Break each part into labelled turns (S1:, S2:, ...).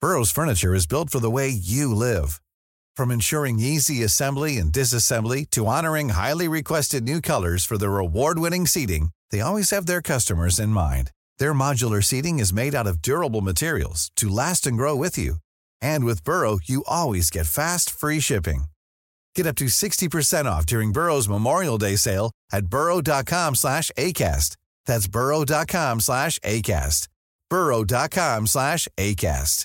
S1: Burrow's furniture is built for the way you live. From ensuring easy assembly and disassembly to honoring highly requested new colors for their award-winning seating, they always have their customers in mind. Their modular seating is made out of durable materials to last and grow with you. And with Burrow, you always get fast, free shipping. Get up to 60% off during Burrow's Memorial Day sale at burrow.com/ACAST. That's burrow.com/ACAST. burrow.com/ACAST.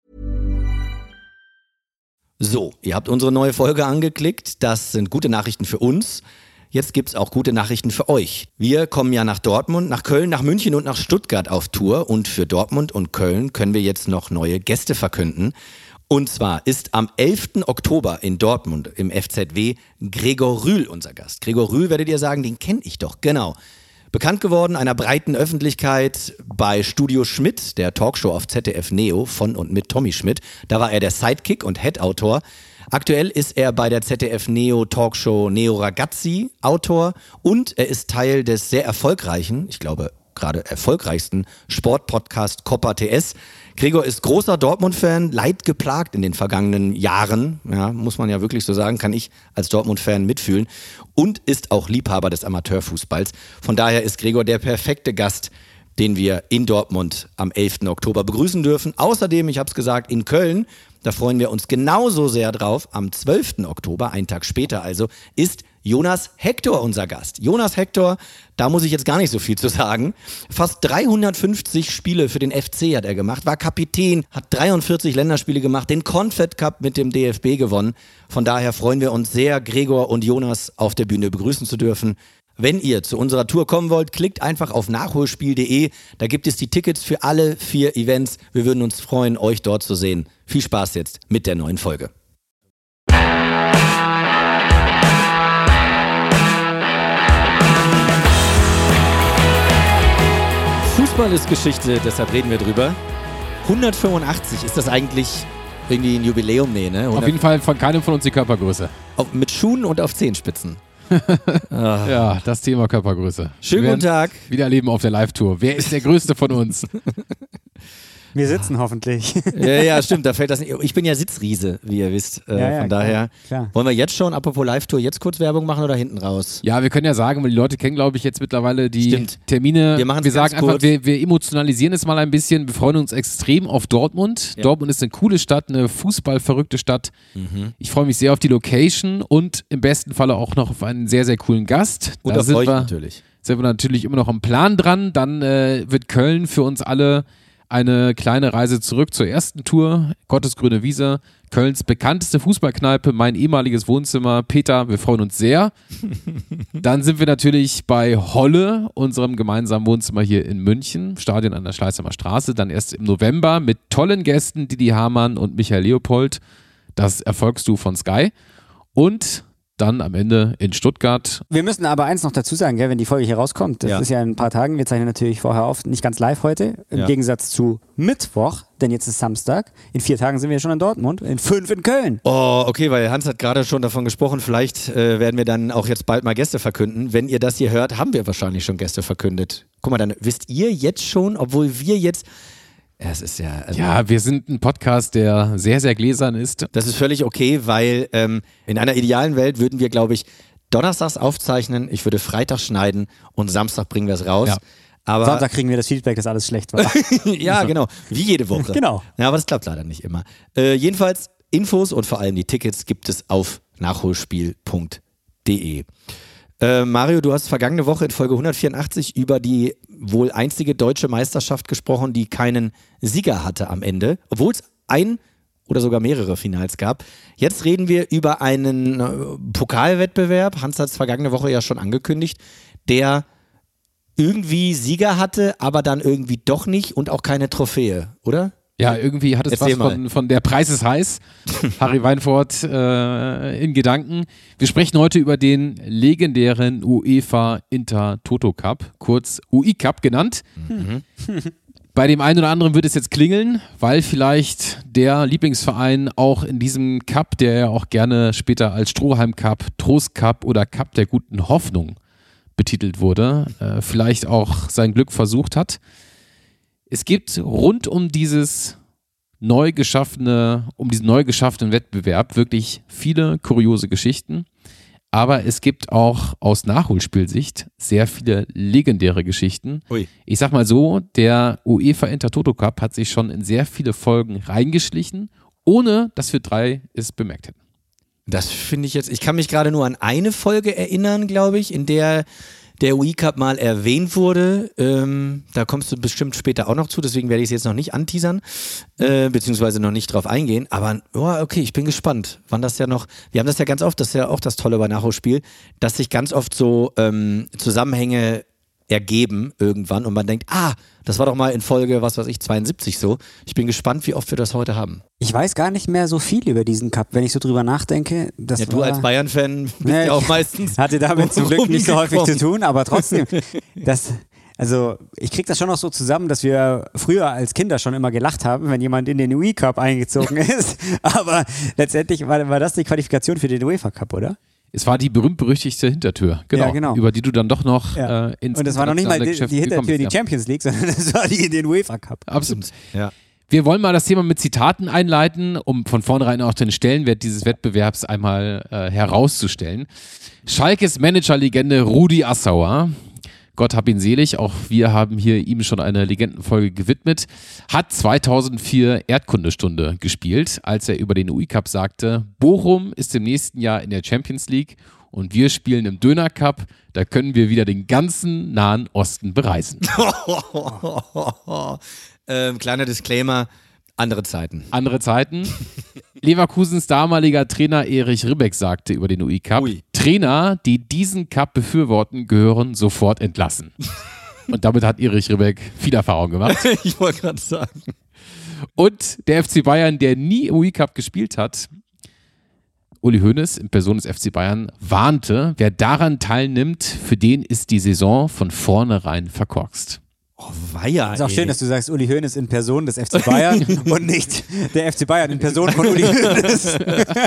S2: So, ihr habt unsere neue Folge angeklickt. Das sind gute Nachrichten für uns. Jetzt gibt's auch gute Nachrichten für euch. Wir kommen ja nach Dortmund, nach Köln, nach München und nach Stuttgart auf Tour. Und für Dortmund und Köln können wir jetzt noch neue Gäste verkünden. Und zwar ist am 11. Oktober in Dortmund im FZW Gregor Rühl unser Gast. Gregor Rühl, werdet ihr sagen, den kenne ich doch, genau. Bekannt geworden einer breiten Öffentlichkeit bei Studio Schmidt, der Talkshow auf ZDF Neo von und mit Tommy Schmidt. Da war er der Sidekick und Head-Autor. Aktuell ist er bei der ZDF Neo Talkshow Neo Ragazzi Autor und er ist Teil des sehr erfolgreichen, ich glaube gerade erfolgreichsten Sportpodcast Coppa TS. Gregor ist großer Dortmund-Fan, leidgeplagt in den vergangenen Jahren, ja, muss man ja wirklich so sagen, kann ich als Dortmund-Fan mitfühlen und ist auch Liebhaber des Amateurfußballs. Von daher ist Gregor der perfekte Gast, den wir in Dortmund am 11. Oktober begrüßen dürfen. Außerdem, ich habe es gesagt, in Köln, da freuen wir uns genauso sehr drauf, am 12. Oktober, einen Tag später also, ist Jonas Hector unser Gast. Jonas Hector, da muss ich jetzt gar nicht so viel zu sagen. Fast 350 Spiele für den FC hat er gemacht, war Kapitän, hat 43 Länderspiele gemacht, den Confed Cup mit dem DFB gewonnen. Von daher freuen wir uns sehr, Gregor und Jonas auf der Bühne begrüßen zu dürfen. Wenn ihr zu unserer Tour kommen wollt, klickt einfach auf nachholspiel.de. Da gibt es die Tickets für alle 4 Events. Wir würden uns freuen, euch dort zu sehen. Viel Spaß jetzt mit der neuen Folge. Fußball ist Geschichte, deshalb reden wir drüber. 185, ist das eigentlich irgendwie ein Jubiläum? Nee, ne?
S3: Auf jeden Fall von keinem von uns die Körpergröße.
S2: Mit Schuhen und auf Zehenspitzen.
S3: Ja, das Thema Körpergröße.
S2: Schönen guten Tag.
S3: Wieder erleben auf der Live-Tour. Wer ist der Größte von uns?
S4: Wir sitzen hoffentlich.
S2: Ja, stimmt, da fällt das nicht. Ich bin ja Sitzriese, wie ihr wisst. Von daher
S4: klar.
S2: Wollen wir jetzt schon, apropos Live-Tour, jetzt kurz Werbung machen oder hinten raus?
S3: Ja, wir können ja sagen, weil die Leute kennen, glaube ich, jetzt mittlerweile die Termine.
S2: Wir
S3: sagen einfach, wir emotionalisieren es mal ein bisschen. Wir freuen uns extrem auf Dortmund. Ja. Dortmund ist eine coole Stadt, eine fußballverrückte Stadt. Mhm. Ich freue mich sehr auf die Location und im besten Falle auch noch auf einen sehr, sehr coolen Gast.
S2: Und
S3: da
S2: auf euch natürlich.
S3: Sind wir natürlich immer noch am Plan dran. Dann wird Köln für uns alle eine kleine Reise zurück zur ersten Tour, Gottesgrüne Wiese, Kölns bekannteste Fußballkneipe, mein ehemaliges Wohnzimmer. Peter, wir freuen uns sehr. Dann sind wir natürlich bei Holle, unserem gemeinsamen Wohnzimmer hier in München, Stadion an der Schleißheimer Straße, dann erst im November mit tollen Gästen, Didi Hamann und Michael Leopold, das Erfolgsduo von Sky. Und dann am Ende in Stuttgart.
S4: Wir müssen aber eins noch dazu sagen, gell, wenn die Folge hier rauskommt, das ist ja in ein paar Tagen, wir zeichnen natürlich vorher auf, nicht ganz live heute, im Gegensatz zu Mittwoch, denn jetzt ist Samstag, in 4 Tagen sind wir schon in Dortmund, in 5 in Köln.
S2: Oh, okay, weil Hans hat gerade schon davon gesprochen, vielleicht werden wir dann auch jetzt bald mal Gäste verkünden. Wenn ihr das hier hört, haben wir wahrscheinlich schon Gäste verkündet. Guck mal, dann wisst ihr jetzt schon, obwohl wir jetzt... Es ist ja,
S3: ja, wir sind ein Podcast, der sehr, sehr gläsern ist.
S2: Das ist völlig okay, weil in einer idealen Welt würden wir, glaube ich, donnerstags aufzeichnen, ich würde Freitag schneiden und Samstag bringen wir es raus.
S3: Ja.
S2: Aber
S4: Sonntag kriegen wir das Feedback, dass alles schlecht war.
S2: ja, genau, wie jede Woche.
S4: Genau.
S2: Ja, aber das klappt leider nicht immer. Jedenfalls Infos und vor allem die Tickets gibt es auf nachholspiel.de. Mario, du hast vergangene Woche in Folge 184 über die wohl einzige deutsche Meisterschaft gesprochen, die keinen Sieger hatte am Ende, obwohl es ein oder sogar mehrere Finals gab. Jetzt reden wir über einen Pokalwettbewerb, Hans hat es vergangene Woche ja schon angekündigt, der irgendwie Sieger hatte, aber dann irgendwie doch nicht und auch keine Trophäe, oder?
S3: Ja, irgendwie hat es
S2: Erzähl
S3: was von der Preis ist heiß. Harry Weinfurt in Gedanken. Wir sprechen heute über den legendären UEFA Intertoto Cup, kurz UI Cup genannt. Mhm. Bei dem einen oder anderen wird es jetzt klingeln, weil vielleicht der Lieblingsverein auch in diesem Cup, der ja auch gerne später als Strohhalm Cup, Trost Cup oder Cup der guten Hoffnung betitelt wurde, vielleicht auch sein Glück versucht hat. Es gibt rund um dieses diesen neu geschaffenen Wettbewerb wirklich viele kuriose Geschichten. Aber es gibt auch aus Nachholspielsicht sehr viele legendäre Geschichten.
S2: Ui.
S3: Ich sag mal so, der UEFA Intertoto Cup hat sich schon in sehr viele Folgen reingeschlichen, ohne dass wir 3 es bemerkt hätten.
S2: Das finde ich jetzt, ich kann mich gerade nur an eine Folge erinnern, glaube ich, in der UI-Cup mal erwähnt wurde. Da kommst du bestimmt später auch noch zu, deswegen werde ich es jetzt noch nicht anteasern, beziehungsweise noch nicht drauf eingehen. Aber okay, ich bin gespannt, wann das ja noch, wir haben das ja ganz oft, das ist ja auch das Tolle bei Nachholspiel, dass sich ganz oft so Zusammenhänge ergeben irgendwann und man denkt, das war doch mal in Folge, 72 so. Ich bin gespannt, wie oft wir das heute haben.
S4: Ich weiß gar nicht mehr so viel über diesen Cup, wenn ich so drüber nachdenke.
S2: Du als Bayern-Fan bist ja auch meistens.
S4: Hatte damit zum Glück nicht so häufig zu tun, aber trotzdem, also ich kriege das schon noch so zusammen, dass wir früher als Kinder schon immer gelacht haben, wenn jemand in den UI-Cup eingezogen ist. Aber letztendlich war das die Qualifikation für den UEFA-Cup, oder?
S3: Es war die berühmt-berüchtigte Hintertür, genau, über die du dann doch noch ins
S4: Und das war noch nicht mal die Hintertür in die Champions League, sondern das war die in den UEFA Cup.
S3: Absolut.
S2: Ja.
S3: Wir wollen mal das Thema mit Zitaten einleiten, um von vornherein auch den Stellenwert dieses Wettbewerbs einmal herauszustellen. Schalkes Managerlegende Rudi Assauer, Gott hab ihn selig, auch wir haben hier ihm schon eine Legendenfolge gewidmet, hat 2004 Erdkundestunde gespielt, als er über den UI-Cup sagte, Bochum ist im nächsten Jahr in der Champions League und wir spielen im Döner-Cup, da können wir wieder den ganzen Nahen Osten bereisen.
S2: Kleiner Disclaimer, andere Zeiten.
S3: Andere Zeiten. Leverkusens damaliger Trainer Erich Ribbeck sagte über den UI-Cup, Trainer, die diesen Cup befürworten, gehören sofort entlassen. Und damit hat Erich Ribbeck viel Erfahrung gemacht.
S2: Ich wollte gerade sagen.
S3: Und der FC Bayern, der nie UI-Cup gespielt hat, Uli Hoeneß in Person des FC Bayern warnte, wer daran teilnimmt, für den ist die Saison von vornherein verkorkst.
S2: Oh, weia,
S4: ist auch schön, dass du sagst, Uli Hoeneß in Person des FC Bayern und nicht der FC Bayern in Person von Uli Hoeneß.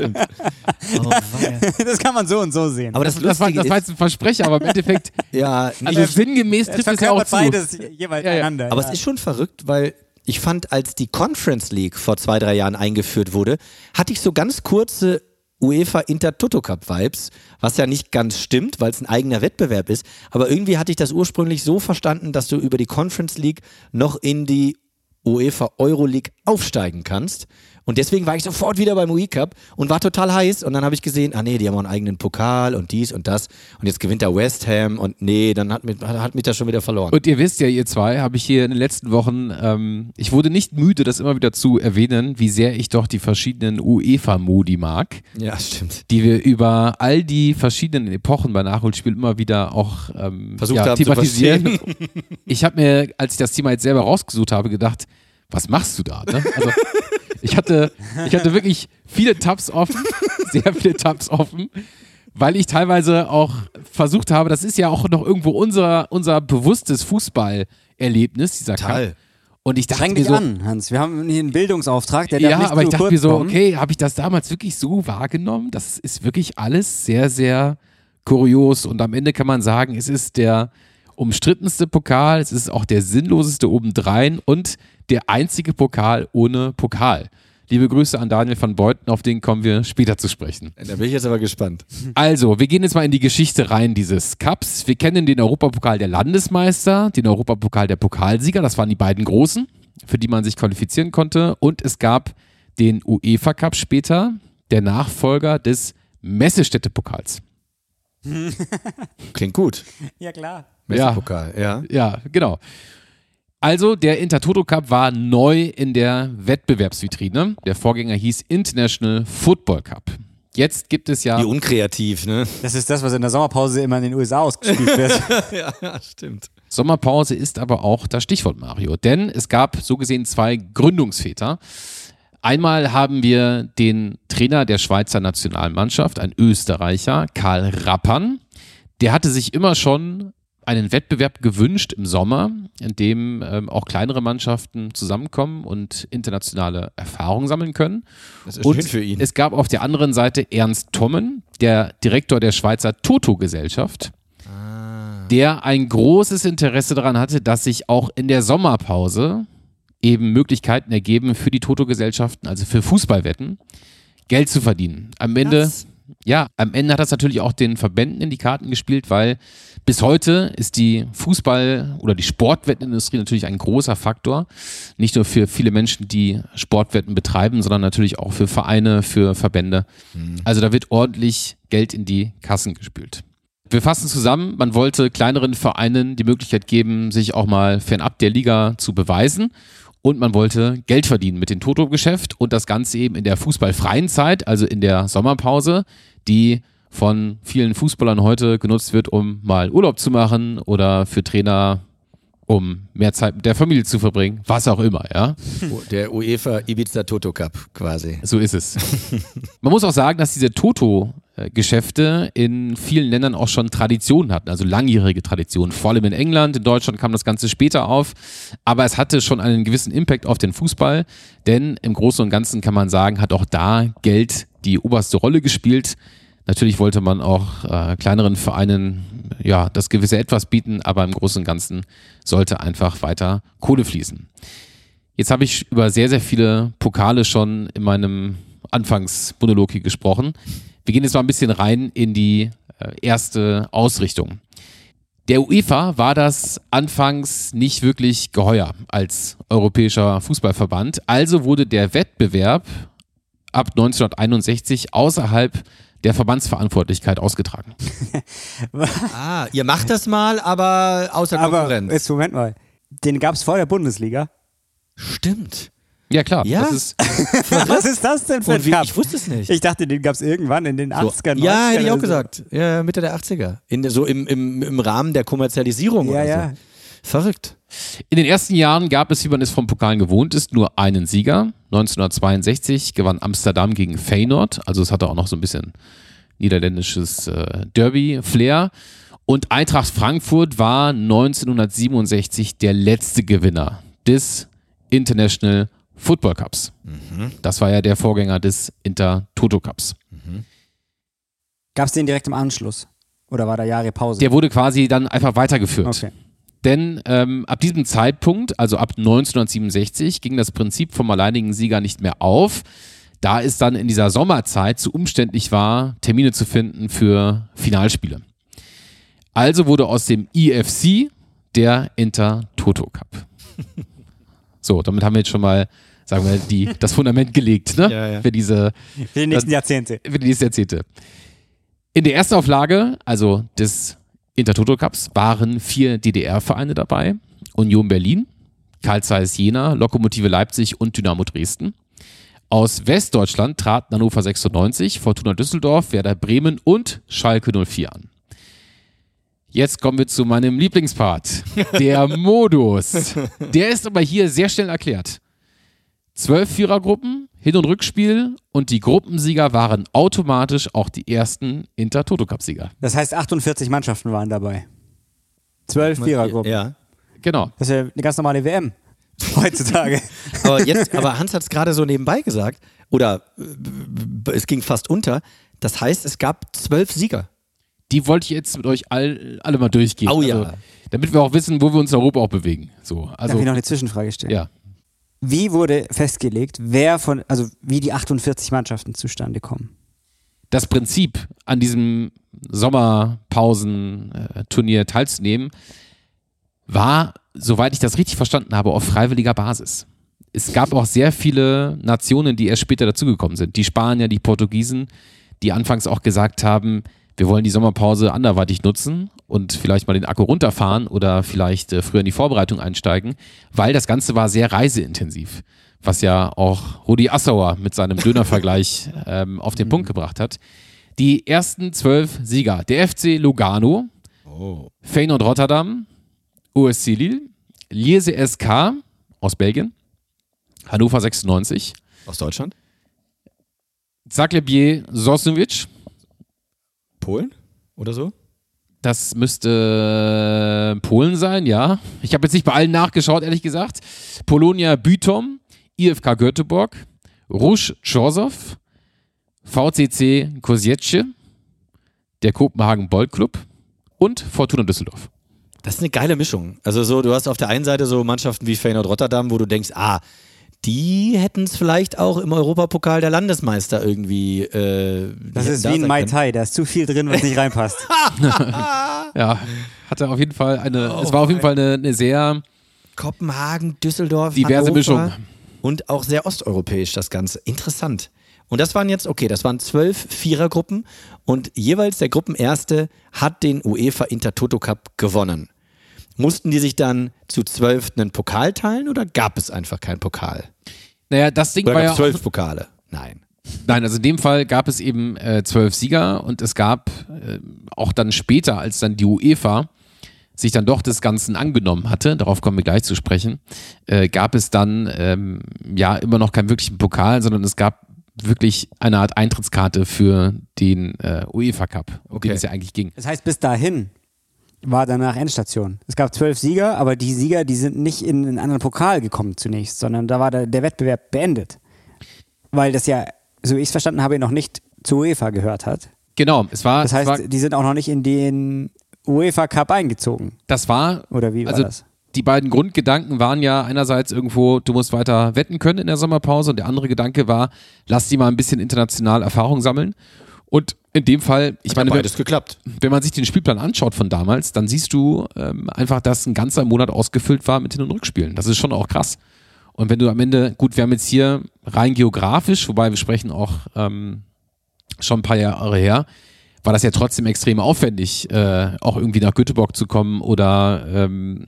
S4: Das kann man so und so sehen.
S3: Aber das war jetzt ein Versprecher, aber im Endeffekt, also sinngemäß trifft es ja auch zu.
S4: Beides jeweils einander.
S2: Aber es ist schon verrückt, weil ich fand, als die Conference League vor 2-3 Jahren eingeführt wurde, hatte ich so ganz kurze UEFA Intertoto Cup Vibes, was ja nicht ganz stimmt, weil es ein eigener Wettbewerb ist, aber irgendwie hatte ich das ursprünglich so verstanden, dass du über die Conference League noch in die UEFA Euroleague aufsteigen kannst. Und deswegen war ich sofort wieder beim UI-Cup und war total heiß. Und dann habe ich gesehen, die haben auch einen eigenen Pokal und dies und das. Und jetzt gewinnt da West Ham und dann hat mich das schon wieder verloren.
S3: Und ihr wisst ja, ihr zwei, habe ich hier in den letzten Wochen, ich wurde nicht müde, das immer wieder zu erwähnen, wie sehr ich doch die verschiedenen UEFA-Modi mag.
S2: Ja, stimmt.
S3: Die wir über all die verschiedenen Epochen bei Nachholspiel immer wieder auch
S2: versucht haben thematisieren.
S3: Ich habe mir, als ich das Thema jetzt selber rausgesucht habe, gedacht, was machst du da? Ne? Also ich hatte wirklich viele Tabs offen, sehr viele Tabs offen, weil ich teilweise auch versucht habe, das ist ja auch noch irgendwo unser bewusstes Fußballerlebnis, dieser Cup. Und ich dachte mir so,
S4: an, Hans, wir haben hier einen Bildungsauftrag, der darf nicht
S3: aber ich
S4: zu
S3: dachte
S4: kurz
S3: mir so,
S4: kommen.
S3: okay, habe ich das damals wirklich so wahrgenommen? Das ist wirklich alles sehr, sehr kurios und am Ende kann man sagen, es ist der umstrittenste Pokal, es ist auch der sinnloseste obendrein und der einzige Pokal ohne Pokal. Liebe Grüße an Daniel van Beuten, auf den kommen wir später zu sprechen.
S2: Da bin ich jetzt aber gespannt.
S3: Also, wir gehen jetzt mal in die Geschichte rein dieses Cups. Wir kennen den Europapokal der Landesmeister, den Europapokal der Pokalsieger, das waren die beiden großen, für die man sich qualifizieren konnte. Und es gab den UEFA Cup später, der Nachfolger des Messestädte-Pokals.
S2: Klingt gut.
S4: Ja, klar.
S2: Messepokal, ja.
S3: Ja, genau. Also der Intertoto Cup war neu in der Wettbewerbsvitrine. Der Vorgänger hieß International Football Cup. Jetzt gibt es ja...
S2: Wie unkreativ, ne?
S4: Das ist das, was in der Sommerpause immer in den USA ausgespielt wird.
S2: Ja, stimmt.
S3: Sommerpause ist aber auch das Stichwort, Mario. Denn es gab so gesehen 2 Gründungsväter. Einmal haben wir den Trainer der Schweizer Nationalmannschaft, ein Österreicher, Karl Rappan. Der hatte sich immer schon einen Wettbewerb gewünscht im Sommer, in dem auch kleinere Mannschaften zusammenkommen und internationale Erfahrungen sammeln können.
S2: Das ist schön für ihn.
S3: Es gab auf der anderen Seite Ernst Thommen, der Direktor der Schweizer Toto-Gesellschaft, der ein großes Interesse daran hatte, dass sich auch in der Sommerpause eben Möglichkeiten ergeben für die Toto-Gesellschaften, also für Fußballwetten, Geld zu verdienen. Am Ende hat das natürlich auch den Verbänden in die Karten gespielt, weil bis heute ist die Fußball- oder die Sportwettenindustrie natürlich ein großer Faktor. Nicht nur für viele Menschen, die Sportwetten betreiben, sondern natürlich auch für Vereine, für Verbände. Also da wird ordentlich Geld in die Kassen gespült. Wir fassen zusammen, man wollte kleineren Vereinen die Möglichkeit geben, sich auch mal fernab der Liga zu beweisen. Und man wollte Geld verdienen mit dem Toto-Geschäft und das Ganze eben in der fußballfreien Zeit, also in der Sommerpause, die von vielen Fußballern heute genutzt wird, um mal Urlaub zu machen oder für Trainer, um mehr Zeit mit der Familie zu verbringen, was auch immer, ja.
S2: Der UEFA Ibiza Toto Cup quasi.
S3: So ist es. Man muss auch sagen, dass diese Toto-Geschäfte in vielen Ländern auch schon Traditionen hatten, also langjährige Traditionen. Vor allem in England, in Deutschland kam das Ganze später auf, aber es hatte schon einen gewissen Impact auf den Fußball, denn im Großen und Ganzen kann man sagen, hat auch da Geld die oberste Rolle gespielt. Natürlich wollte man auch kleineren Vereinen das gewisse Etwas bieten, aber im Großen und Ganzen sollte einfach weiter Kohle fließen. Jetzt habe ich über sehr, sehr viele Pokale schon in meinem Anfangsmonolog hier gesprochen. Wir gehen jetzt mal ein bisschen rein in die erste Ausrichtung. Der UEFA war das anfangs nicht wirklich geheuer als europäischer Fußballverband, also wurde der Wettbewerb ab 1961 außerhalb der Verbandsverantwortlichkeit ausgetragen.
S2: Ihr macht das mal, aber außer Konkurrenz.
S4: Aber jetzt Moment mal, den gab es vor der Bundesliga.
S2: Stimmt.
S3: Ja, klar.
S2: Ja?
S3: Das ist
S4: Was ist das denn für ein Cup?
S2: Ich wusste es nicht.
S4: Ich dachte, den gab es irgendwann in den 80er, 90er.
S2: Ja, hätte ich auch
S4: oder so.
S2: gesagt. Ja, Mitte der 80er. Im Rahmen der Kommerzialisierung
S4: Ja,
S2: oder
S4: ja.
S2: so. Verrückt.
S3: In den ersten Jahren gab es, wie man es vom Pokalen gewohnt ist, nur einen Sieger. 1962 gewann Amsterdam gegen Feyenoord. Also es hatte auch noch so ein bisschen niederländisches Derby-Flair. Und Eintracht Frankfurt war 1967 der letzte Gewinner des International Football Cups. Das war ja der Vorgänger des Inter-Toto Cups.
S4: Gab es den direkt im Anschluss? Oder war da Jahre Pause?
S3: Der wurde quasi dann einfach weitergeführt.
S4: Okay.
S3: Denn ab diesem Zeitpunkt, also ab 1967, ging das Prinzip vom alleinigen Sieger nicht mehr auf, da es dann in dieser Sommerzeit zu umständlich war, Termine zu finden für Finalspiele. Also wurde aus dem IFC der Inter-Toto Cup. So, damit haben wir jetzt schon mal, sagen wir, das Fundament gelegt, ne?
S2: Ja.
S3: Für die
S4: nächsten Jahrzehnte.
S3: nächsten Jahrzehnte. In der ersten Auflage, also des Inter-Toto Cups, waren 4 DDR-Vereine dabei. Union Berlin, Carl Zeiss Jena, Lokomotive Leipzig und Dynamo Dresden. Aus Westdeutschland traten Hannover 96, Fortuna Düsseldorf, Werder Bremen und Schalke 04 an. Jetzt kommen wir zu meinem Lieblingspart, der Modus. Der ist aber hier sehr schnell erklärt. 12 Vierergruppen, Hin- und Rückspiel und die Gruppensieger waren automatisch auch die ersten Inter-Toto-Cup-Sieger.
S4: Das heißt, 48 Mannschaften waren dabei. 12 Vierergruppen.
S2: Ja.
S3: Genau.
S4: Das ist ja eine ganz normale WM heutzutage.
S2: Aber Hans hat es gerade so nebenbei gesagt, oder es ging fast unter. Das heißt, es gab 12 Sieger.
S3: Die wollte ich jetzt mit euch alle mal durchgehen.
S2: Oh ja.
S3: Also, damit wir auch wissen, wo wir uns in Europa auch bewegen. So, also,
S4: Darf ich noch eine Zwischenfrage stellen?
S3: ja.
S4: Wie wurde festgelegt, wie die 48 Mannschaften zustande kommen?
S3: Das Prinzip, an diesem Sommerpausen-Turnier teilzunehmen, war, soweit ich das richtig verstanden habe, auf freiwilliger Basis. Es gab auch sehr viele Nationen, die erst später dazugekommen sind. Die Spanier, die Portugiesen, die anfangs auch gesagt haben, wir wollen die Sommerpause anderweitig nutzen und vielleicht mal den Akku runterfahren oder vielleicht früher in die Vorbereitung einsteigen, weil das Ganze war sehr reiseintensiv, was ja auch Rudi Assauer mit seinem Dönervergleich auf den Punkt gebracht hat. Die ersten 12 Sieger, der FC Lugano, Feyenoord Rotterdam, OSC Lille, Lierse SK aus Belgien, Hannover 96,
S2: Aus Deutschland?
S3: Zagreb Sosnowiec,
S2: Polen oder so?
S3: das müsste Polen sein, ja. Ich habe jetzt nicht bei allen nachgeschaut, ehrlich gesagt. Polonia Bytom, IFK Göteborg, Rouge Chorzów, VCC Kozice, der Kopenhagen Bolt Club und Fortuna Düsseldorf.
S2: Das ist eine geile Mischung. Also so, du hast auf der einen Seite so Mannschaften wie Feyenoord Rotterdam, wo du denkst, die hätten es vielleicht auch im Europapokal der Landesmeister irgendwie.
S4: Das ist wie ein Mai Tai, da ist zu viel drin, was nicht reinpasst.
S3: Ja, hatte auf jeden Fall es war auf jeden Fall eine sehr
S2: Kopenhagen, Düsseldorf,
S3: diverse
S2: Hannover
S3: Mischung.
S2: Und auch sehr osteuropäisch das Ganze. Interessant. Und das waren 12 Vierergruppen und jeweils der Gruppenerste hat den UEFA Intertoto Cup gewonnen. Mussten die sich dann zu 12 einen Pokal teilen oder gab es einfach keinen Pokal?
S3: Naja, das Ding
S2: Oder
S3: war
S2: gab
S3: ja
S2: es 12 Pokale? Nein.
S3: Nein, also in dem Fall gab es eben 12 Sieger und es gab auch dann später, als dann die UEFA sich dann doch des Ganzen angenommen hatte, darauf kommen wir gleich zu sprechen, gab es dann immer noch keinen wirklichen Pokal, sondern es gab wirklich eine Art Eintrittskarte für den UEFA Cup, um den es ja eigentlich ging.
S4: Das heißt, bis dahin war danach Endstation. Es gab 12 Sieger, aber die Sieger, die sind nicht in einen anderen Pokal gekommen zunächst, sondern da war der Wettbewerb beendet. Weil das ja, so wie ich es verstanden habe, noch nicht zur UEFA gehört hat.
S3: Genau,
S4: das heißt, die sind auch noch nicht in den UEFA Cup eingezogen.
S3: Das war,
S4: oder wie war das?
S3: Die beiden Grundgedanken waren ja einerseits irgendwo, du musst weiter wetten können in der Sommerpause und der andere Gedanke war, lass die mal ein bisschen international Erfahrung sammeln. Und in dem Fall,
S2: beides geklappt.
S3: Wenn man sich den Spielplan anschaut von damals, dann siehst du einfach, dass ein ganzer Monat ausgefüllt war mit Hin- und Rückspielen. Das ist schon auch krass. Und wenn du am Ende, gut, wir haben jetzt hier rein geografisch, wobei wir sprechen auch schon ein paar Jahre her, war das ja trotzdem extrem aufwendig, auch irgendwie nach Göteborg zu kommen oder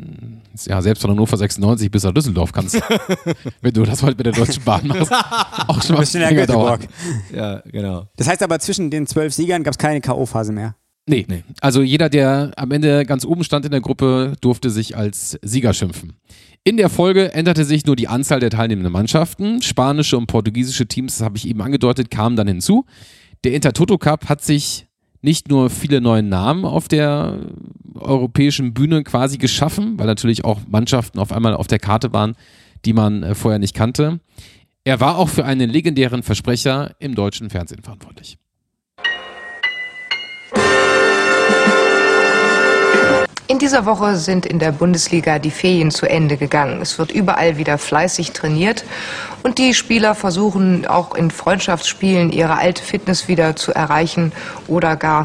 S3: selbst von Hannover 96 bis nach Düsseldorf kannst, wenn du das heute mit der Deutschen Bahn machst, auch schon mal ein bisschen länger dauern.
S2: Ja, genau.
S4: Das heißt aber, zwischen den 12 Siegern gab es keine K.O.-Phase mehr?
S3: Nee. Also jeder, der am Ende ganz oben stand in der Gruppe, durfte sich als Sieger schimpfen. In der Folge änderte sich nur die Anzahl der teilnehmenden Mannschaften. Spanische und portugiesische Teams, das habe ich eben angedeutet, kamen dann hinzu. Der Intertoto Cup hat sich nicht nur viele neue Namen auf der europäischen Bühne quasi geschaffen, weil natürlich auch Mannschaften auf einmal auf der Karte waren, die man vorher nicht kannte. Er war auch für einen legendären Versprecher im deutschen Fernsehen verantwortlich.
S5: In dieser Woche sind in der Bundesliga die Ferien zu Ende gegangen. Es wird überall wieder fleißig trainiert und die Spieler versuchen auch in Freundschaftsspielen ihre alte Fitness wieder zu erreichen oder gar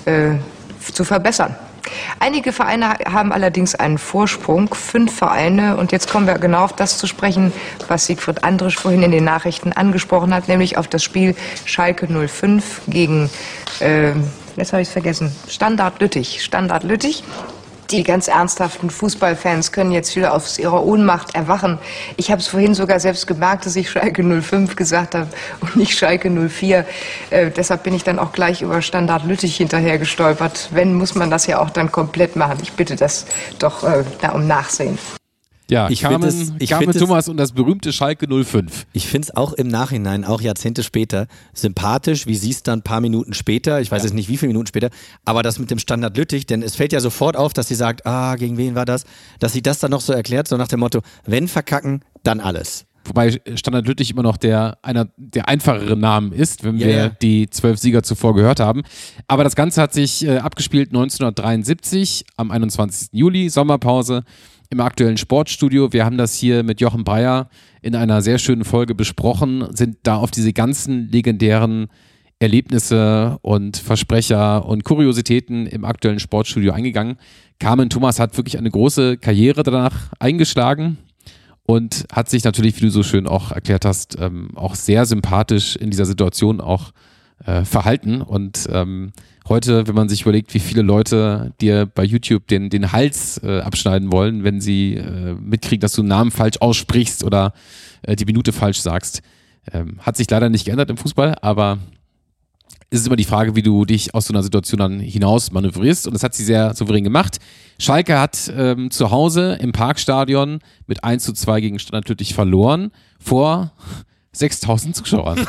S5: zu verbessern. Einige Vereine haben allerdings einen Vorsprung, 5 Vereine. Und jetzt kommen wir genau auf das zu sprechen, was Siegfried Andrisch vorhin in den Nachrichten angesprochen hat, nämlich auf das Spiel Schalke 05 gegen, jetzt habe ich es vergessen, Standard Lüttich. Standard Lüttich. Die ganz ernsthaften Fußballfans können jetzt wieder aus ihrer Ohnmacht erwachen. Ich habe es vorhin sogar selbst gemerkt, dass ich Schalke 05 gesagt habe und nicht Schalke 04. Deshalb bin ich dann auch gleich über Standard Lüttich hinterher gestolpert. Wenn, muss man das ja auch dann komplett machen. Ich bitte das doch um Nachsehen.
S3: Ja, Carmen Thomas und das berühmte Schalke 05.
S2: Ich finde es auch im Nachhinein, auch Jahrzehnte später, sympathisch, wie sie es dann ein paar Minuten später, ich weiß jetzt nicht wie viele Minuten später, aber das mit dem Standard Lüttich, denn es fällt ja sofort auf, dass sie sagt, gegen wen war das, dass sie das dann noch so erklärt, so nach dem Motto, wenn verkacken, dann alles.
S3: Wobei Standard Lüttich immer noch einer der einfacheren Namen ist, wenn wir die 12 Sieger zuvor gehört haben. Aber das Ganze hat sich abgespielt 1973 am 21. Juli, Sommerpause im aktuellen Sportstudio. Wir haben das hier mit Jochen Breyer in einer sehr schönen Folge besprochen, sind da auf diese ganzen legendären Erlebnisse und Versprecher und Kuriositäten im aktuellen Sportstudio eingegangen. Carmen Thomas hat wirklich eine große Karriere danach eingeschlagen und hat sich natürlich, wie du so schön auch erklärt hast, auch sehr sympathisch in dieser Situation auch verhalten. Und heute, wenn man sich überlegt, wie viele Leute dir bei YouTube den Hals abschneiden wollen, wenn sie mitkriegen, dass du einen Namen falsch aussprichst oder die Minute falsch sagst, hat sich leider nicht geändert im Fußball, aber es ist immer die Frage, wie du dich aus so einer Situation dann hinaus manövrierst, und das hat sie sehr souverän gemacht. Schalke hat zu Hause im Parkstadion mit 1:2 gegen Standard Lüttich verloren vor 6.000 Zuschauern.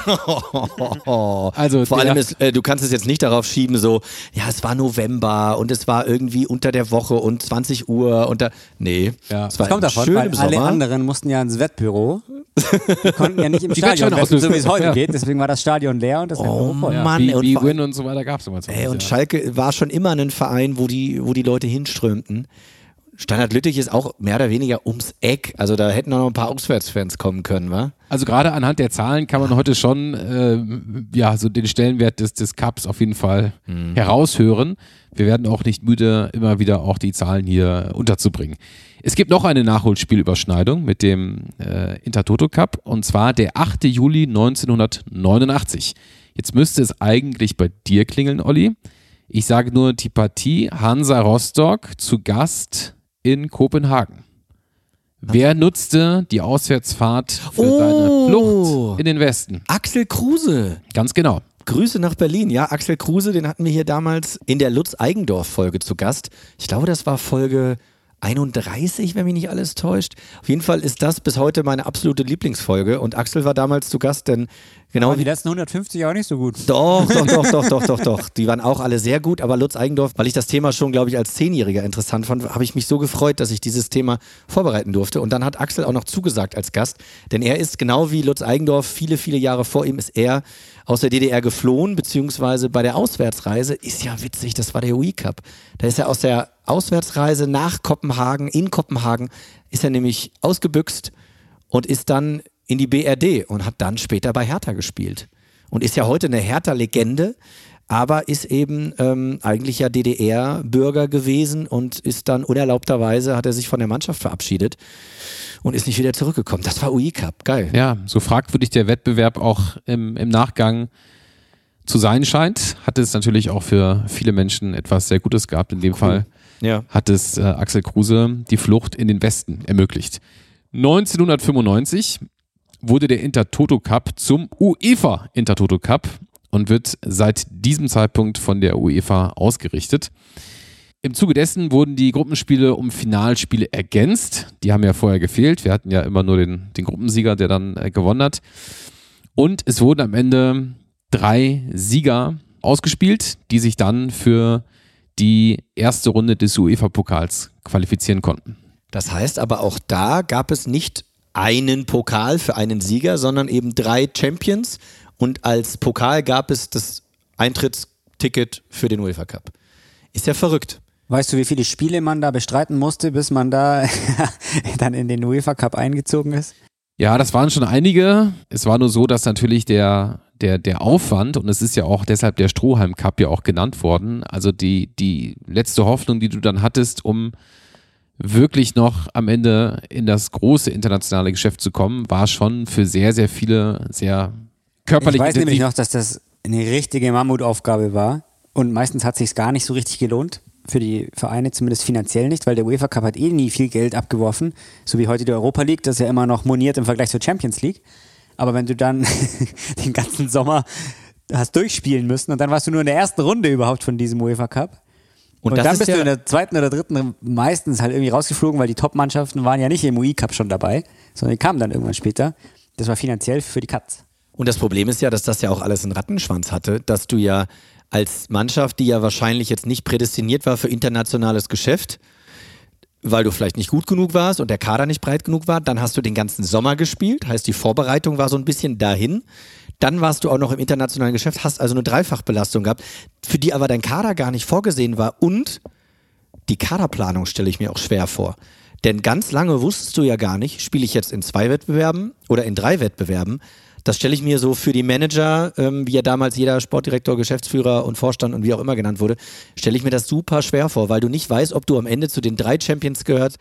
S2: Also vor allem du kannst es jetzt nicht darauf schieben, so, ja, es war November und es war irgendwie unter der Woche und 20 Uhr und es war
S4: das kommt davon, weil alle anderen mussten ja ins Wettbüro. Die konnten ja nicht im Stadion wetten, so wie es heute geht. Deswegen war das Stadion leer und das Wettbüro voll.
S2: Mann,
S3: wie Win und so weiter gab es immer.
S2: Und Schalke war schon immer ein Verein, wo die Leute hinströmten. Standard Lüttich ist auch mehr oder weniger ums Eck. Also da hätten noch ein paar Auswärtsfans kommen können, wa?
S3: Also gerade anhand der Zahlen kann man heute schon so den Stellenwert des Cups auf jeden Fall heraushören. Wir werden auch nicht müde, immer wieder auch die Zahlen hier unterzubringen. Es gibt noch eine Nachholspielüberschneidung mit dem Intertoto Cup und zwar der 8. Juli 1989. Jetzt müsste es eigentlich bei dir klingeln, Olli. Ich sage nur die Partie Hansa Rostock zu Gast in Kopenhagen. Wer nutzte die Auswärtsfahrt für seine Flucht in den Westen?
S2: Axel Kruse.
S3: Ganz genau.
S2: Grüße nach Berlin. Ja, Axel Kruse, den hatten wir hier damals in der Lutz-Eigendorf-Folge zu Gast. Ich glaube, das war Folge 31, wenn mich nicht alles täuscht. Auf jeden Fall ist das bis heute meine absolute Lieblingsfolge und Axel war damals zu Gast, denn genau
S4: aber die letzten 150 auch nicht so gut.
S2: Doch. Die waren auch alle sehr gut, aber Lutz Eigendorf, weil ich das Thema schon, glaube ich, als 10-Jähriger interessant fand, habe ich mich so gefreut, dass ich dieses Thema vorbereiten durfte. Und dann hat Axel auch noch zugesagt als Gast, denn er ist genau wie Lutz Eigendorf, viele, viele Jahre vor ihm ist er aus der DDR geflohen, beziehungsweise bei der Auswärtsreise, ist ja witzig, das war der UI Cup. Da ist er aus der Auswärtsreise nach Kopenhagen, in Kopenhagen, ist er nämlich ausgebüxt und ist dann in die BRD und hat dann später bei Hertha gespielt. Und ist ja heute eine Hertha-Legende, aber ist eben eigentlich ja DDR-Bürger gewesen und ist dann unerlaubterweise, hat er sich von der Mannschaft verabschiedet und ist nicht wieder zurückgekommen. Das war UI Cup, geil.
S3: Ja, so fragwürdig der Wettbewerb auch im Nachgang zu sein scheint, hat es natürlich auch für viele Menschen etwas sehr Gutes gehabt. In dem Fall hat es Axel Kruse die Flucht in den Westen ermöglicht. 1995 wurde der Intertoto Cup zum UEFA Intertoto Cup und wird seit diesem Zeitpunkt von der UEFA ausgerichtet. Im Zuge dessen wurden die Gruppenspiele um Finalspiele ergänzt. Die haben ja vorher gefehlt. Wir hatten ja immer nur den Gruppensieger, der dann gewonnen hat. Und es wurden am Ende 3 Sieger ausgespielt, die sich dann für die erste Runde des UEFA-Pokals qualifizieren konnten.
S2: Das heißt aber auch da gab es nicht einen Pokal für einen Sieger, sondern eben 3 Champions und als Pokal gab es das Eintrittsticket für den UEFA Cup. Ist ja verrückt.
S4: Weißt du, wie viele Spiele man da bestreiten musste, bis man da dann in den UEFA Cup eingezogen ist?
S3: Ja, das waren schon einige. Es war nur so, dass natürlich der Aufwand, und es ist ja auch deshalb der Strohhalm Cup ja auch genannt worden, also die letzte Hoffnung, die du dann hattest, um wirklich noch am Ende in das große internationale Geschäft zu kommen, war schon für sehr, sehr viele sehr körperlich
S4: intensiv. Ich weiß nämlich noch, dass das eine richtige Mammutaufgabe war und meistens hat es sich gar nicht so richtig gelohnt. Für die Vereine zumindest finanziell nicht, weil der UEFA Cup hat nie viel Geld abgeworfen, so wie heute die Europa League, das ist ja immer noch moniert im Vergleich zur Champions League. Aber wenn du dann den ganzen Sommer hast durchspielen müssen und dann warst du nur in der ersten Runde überhaupt von diesem UEFA Cup und dann bist du in der zweiten oder dritten meistens halt irgendwie rausgeflogen, weil die Top-Mannschaften waren ja nicht im UI Cup schon dabei, sondern die kamen dann irgendwann später. Das war finanziell für die Katz.
S2: Und das Problem ist ja, dass das ja auch alles einen Rattenschwanz hatte, dass du ja als Mannschaft, die ja wahrscheinlich jetzt nicht prädestiniert war für internationales Geschäft, weil du vielleicht nicht gut genug warst und der Kader nicht breit genug war, dann hast du den ganzen Sommer gespielt, heißt die Vorbereitung war so ein bisschen dahin, dann warst du auch noch im internationalen Geschäft, hast also eine Dreifachbelastung gehabt, für die aber dein Kader gar nicht vorgesehen war und die Kaderplanung stelle ich mir auch schwer vor. Denn ganz lange wusstest du ja gar nicht, spiele ich jetzt in 2 Wettbewerben oder in 3 Wettbewerben. Das stelle ich mir so für die Manager, wie ja damals jeder Sportdirektor, Geschäftsführer und Vorstand und wie auch immer genannt wurde, stelle ich mir das super schwer vor, weil du nicht weißt, ob du am Ende zu den 3 Champions gehört,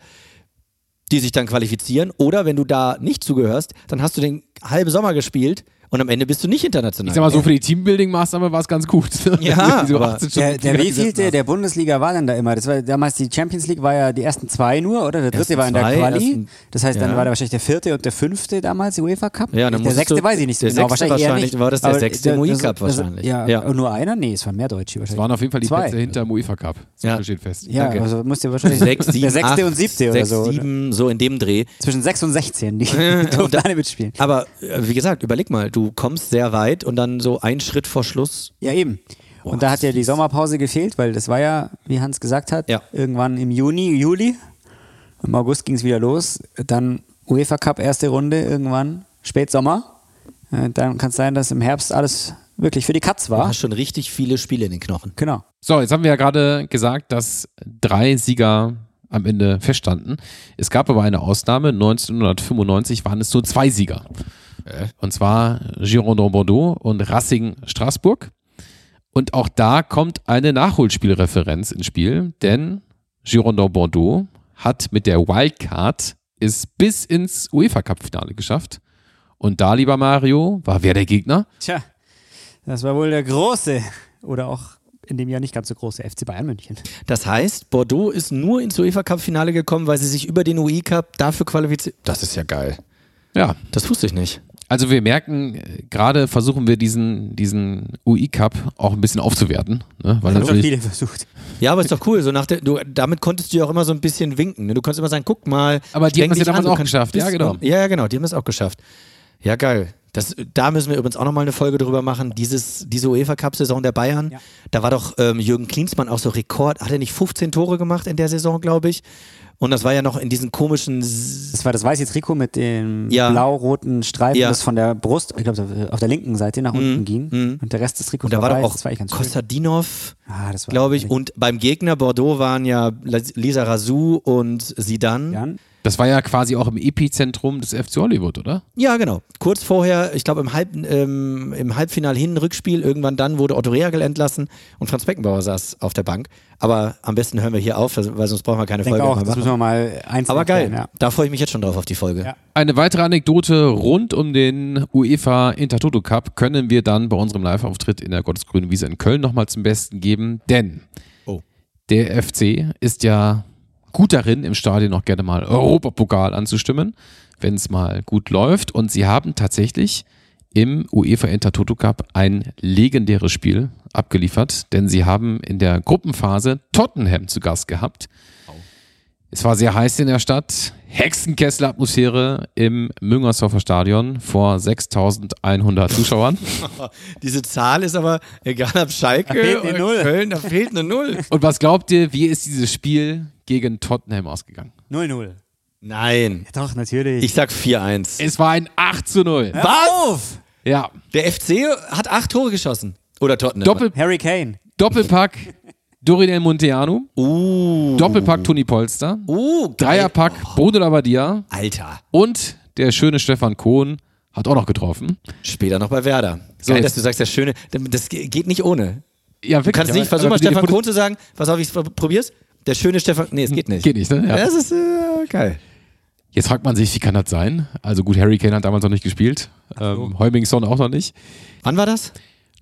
S2: die sich dann qualifizieren oder wenn du da nicht zugehörst, dann hast du den halben Sommer gespielt und am Ende bist du nicht international.
S3: Ich sag mal so, für die Teambuilding-Maßnahme war es ganz gut.
S2: Ja,
S3: aber
S4: der wievielte der Bundesliga war denn da immer? Das war damals die Champions League, war ja die ersten 2 nur, oder? Der dritte war in der Quali. Das heißt, dann war da wahrscheinlich der 4. und der 5. damals im UEFA Cup.
S2: Ja, dann
S4: der 6. weiß ich nicht so genau.
S2: Wahrscheinlich eher nicht. War das der 6. im UEFA Cup wahrscheinlich.
S4: Ja, und nur einer? Nee, es waren mehr Deutsche wahrscheinlich.
S3: Es waren auf jeden Fall die
S4: 2.
S3: Plätze hinter dem UEFA Cup. Das steht fest.
S4: Ja,
S2: Danke.
S4: also musst du wahrscheinlich
S2: 6, 7,
S4: der 6.
S2: 8,
S4: und 7. oder
S2: 6,
S4: so.
S2: 7, so in dem Dreh.
S4: Zwischen 6 und 16, die durften alle mitspielen.
S2: Aber wie gesagt, überleg mal, du kommst sehr weit und dann so ein Schritt vor Schluss.
S4: Ja, eben. Und da hat ja die Sommerpause gefehlt, weil das war ja, wie Hans gesagt hat, irgendwann im Juli. Im August ging es wieder los. Dann UEFA Cup erste Runde, irgendwann Spätsommer. Dann kann es sein, dass im Herbst alles wirklich für die Katz war.
S2: Du hast schon richtig viele Spiele in den Knochen.
S4: Genau.
S3: So, jetzt haben wir ja gerade gesagt, dass 3 Sieger am Ende feststanden. Es gab aber eine Ausnahme, 1995 waren es nur 2 Sieger. Und zwar Girondins Bordeaux und Racing Straßburg. Und auch da kommt eine Nachholspielreferenz ins Spiel, denn Girondins Bordeaux hat mit der Wildcard es bis ins UEFA-Cup-Finale geschafft. Und da, lieber Mario, war wer der Gegner?
S4: Tja, das war wohl der große oder auch in dem Jahr nicht ganz so große FC Bayern München.
S2: Das heißt, Bordeaux ist nur ins UEFA-Cup-Finale gekommen, weil sie sich über den UI-Cup dafür qualifiziert. Das ist ja geil.
S3: Ja.
S2: Das wusste ich nicht.
S3: Also wir merken, gerade versuchen wir diesen UI-Cup auch ein bisschen aufzuwerten. Ne? Weil
S4: Das haben schon
S3: natürlich
S4: viele versucht.
S2: Ja, aber ist doch cool. So damit konntest du ja auch immer so ein bisschen winken. Ne? Du konntest immer sagen, guck mal.
S3: Aber die haben das ja
S2: streng dich
S3: damals
S2: an,
S3: auch
S2: du kannst
S3: geschafft. Ja,
S2: bis-
S3: genau.
S2: Ja, genau, die haben das auch geschafft. Ja, geil. Da müssen wir übrigens auch nochmal eine Folge drüber machen. Diese UEFA-Cup-Saison der Bayern,
S4: Ja.
S2: da war doch Jürgen Klinsmann auch so Rekord. Hat er nicht 15 Tore gemacht in der Saison, glaube ich? Und das war ja noch in diesen komischen...
S4: Das war das weiße Trikot mit dem
S2: Ja.
S4: blau-roten Streifen,
S2: Ja.
S4: das von der Brust, ich glaube, auf der linken Seite nach unten ging. Und der Rest des Trikots
S2: Und da war doch
S4: weiß.
S2: auch
S4: Das war echt ganz schön.
S2: Kostadinov,
S4: Das war
S2: glaube ich.
S4: wirklich-
S2: Und beim Gegner Bordeaux waren ja Lisa Razou und Zidane.
S4: Jan?
S3: Das war ja quasi auch im Epizentrum des FC Hollywood, oder?
S2: Ja, genau. Kurz vorher, ich glaube im Halbfinale hin, Rückspiel, irgendwann dann wurde Otto Rehagel entlassen und Franz Beckenbauer saß auf der Bank. Aber am besten hören wir hier auf, weil sonst brauchen wir keine
S4: Ich denke
S2: Folge
S4: auch,
S2: mehr
S4: das
S2: machen.
S4: müssen wir mal einzeln
S2: Aber geil,
S4: erklären, ja.
S2: da freue ich mich jetzt schon drauf auf die Folge.
S4: Ja.
S3: Eine weitere Anekdote rund um den UEFA Intertoto Cup können wir dann bei unserem Live-Auftritt in der Gottesgrünen Wiese in Köln nochmal zum Besten geben, denn der FC ist ja gut darin, im Stadion noch gerne mal Europapokal anzustimmen, wenn es mal gut läuft. Und sie haben tatsächlich im UEFA Intertoto Cup ein legendäres Spiel abgeliefert, denn sie haben in der Gruppenphase Tottenham zu Gast gehabt. Es war sehr heiß in der Stadt. Hexenkessel-Atmosphäre im Müngersdorfer Stadion vor 6.100 Zuschauern.
S2: Diese Zahl ist aber, egal ob Schalke
S4: Da fehlt eine
S2: oder
S4: Null.
S2: Köln, da fehlt eine Null.
S3: Und was glaubt ihr, wie ist dieses Spiel gegen Tottenham ausgegangen?
S4: 0-0.
S2: Nein,
S4: Ja, doch, natürlich.
S2: ich sag 4-1.
S3: Es war ein 8:0.
S2: Was?
S3: Ja,
S2: Der FC hat 8 Tore geschossen. Oder Tottenham.
S4: Harry Kane.
S3: Doppelpack Dorinel Monteanu, Doppelpack Toni Polster, Dreierpack Bruno Labbadia
S2: Alter.
S3: und der schöne Stefan Kohn hat auch noch getroffen.
S2: Später noch bei Werder.
S3: So,
S2: Geil,
S3: jetzt-
S2: dass du sagst, das Schöne, das geht nicht ohne.
S3: Ja,
S2: Du kannst nicht, versuch mal Stefan Kohn zu sagen, pass auf, ich probier's. Der schöne Stefan, nee, es geht nicht.
S3: Geht nicht, ne? Ja.
S2: Das ist geil.
S3: Jetzt fragt man sich, wie kann das sein? Also gut, Harry Kane hat damals noch nicht gespielt, Heumingson auch noch nicht.
S2: Wann war das?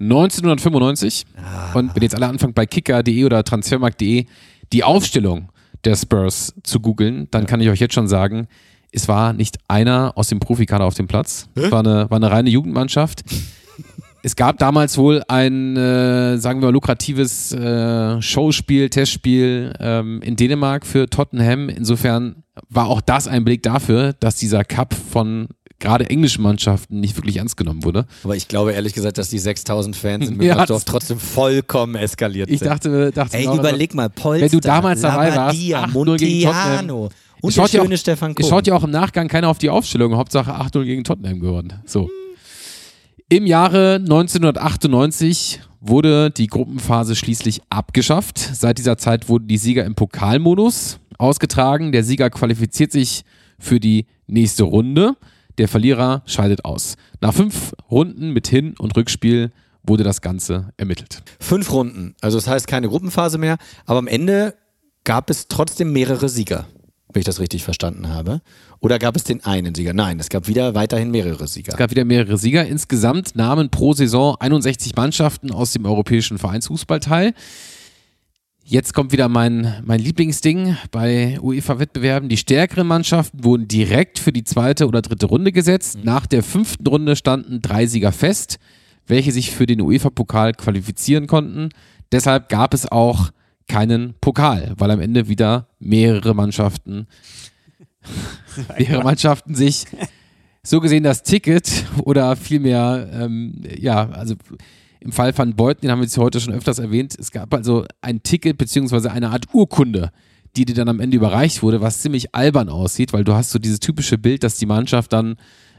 S3: 1995 und wenn jetzt alle anfangen bei kicker.de oder transfermarkt.de die Aufstellung der Spurs zu googeln, dann kann ich euch jetzt schon sagen, es war nicht einer aus dem Profikader auf dem Platz. Es war eine reine Jugendmannschaft. Es gab damals wohl ein, sagen wir, lukratives Showspiel, Testspiel in Dänemark für Tottenham. Insofern war auch das ein Beleg dafür, dass dieser Cup von gerade englischen Mannschaften nicht wirklich ernst genommen wurde.
S2: Aber ich glaube ehrlich gesagt, dass die 6.000 Fans in
S3: Ja,
S2: Müngersdorf trotzdem vollkommen eskaliert
S3: Ich
S2: sind.
S3: dachte
S2: Ey,
S3: genau,
S2: überleg mal, Polster,
S3: wenn du damals dabei warst,
S2: Labbadia,
S3: 8-0 gegen
S2: Montiano und
S3: Es
S2: der
S3: schaut ja
S2: schöne
S3: auch-
S2: Stefan
S3: Es
S2: Kohn.
S3: schaut ja auch im Nachgang keiner auf die Aufstellung. Hauptsache 8-0 gegen Tottenham geworden. So. Im Jahre 1998 wurde die Gruppenphase schließlich abgeschafft. Seit dieser Zeit wurden die Sieger im Pokalmodus ausgetragen. Der Sieger qualifiziert sich für die nächste Runde. Der Verlierer scheidet aus. Nach 5 Runden mit Hin- und Rückspiel wurde das Ganze ermittelt.
S2: 5 Runden, also das heißt keine Gruppenphase mehr, aber am Ende gab es trotzdem mehrere Sieger, wenn ich das richtig verstanden habe. Oder gab es den einen Sieger? Nein, es gab weiterhin mehrere Sieger.
S3: Es gab wieder mehrere Sieger. Insgesamt nahmen pro Saison 61 Mannschaften aus dem europäischen Vereinsfußball teil. Jetzt kommt wieder mein Lieblingsding bei UEFA-Wettbewerben. Die stärkeren Mannschaften wurden direkt für die 2. oder 3. Runde gesetzt. Nach der 5. Runde standen 3 Sieger fest, welche sich für den UEFA-Pokal qualifizieren konnten. Deshalb gab es auch keinen Pokal, weil am Ende wieder mehrere Mannschaften sich so gesehen das Ticket oder vielmehr, also im Fall von Beuthen, den haben wir jetzt heute schon öfters erwähnt, es gab also ein Ticket beziehungsweise eine Art Urkunde, die dir dann am Ende überreicht wurde, was ziemlich albern aussieht, weil du hast so dieses typische Bild, dass die Mannschaft dann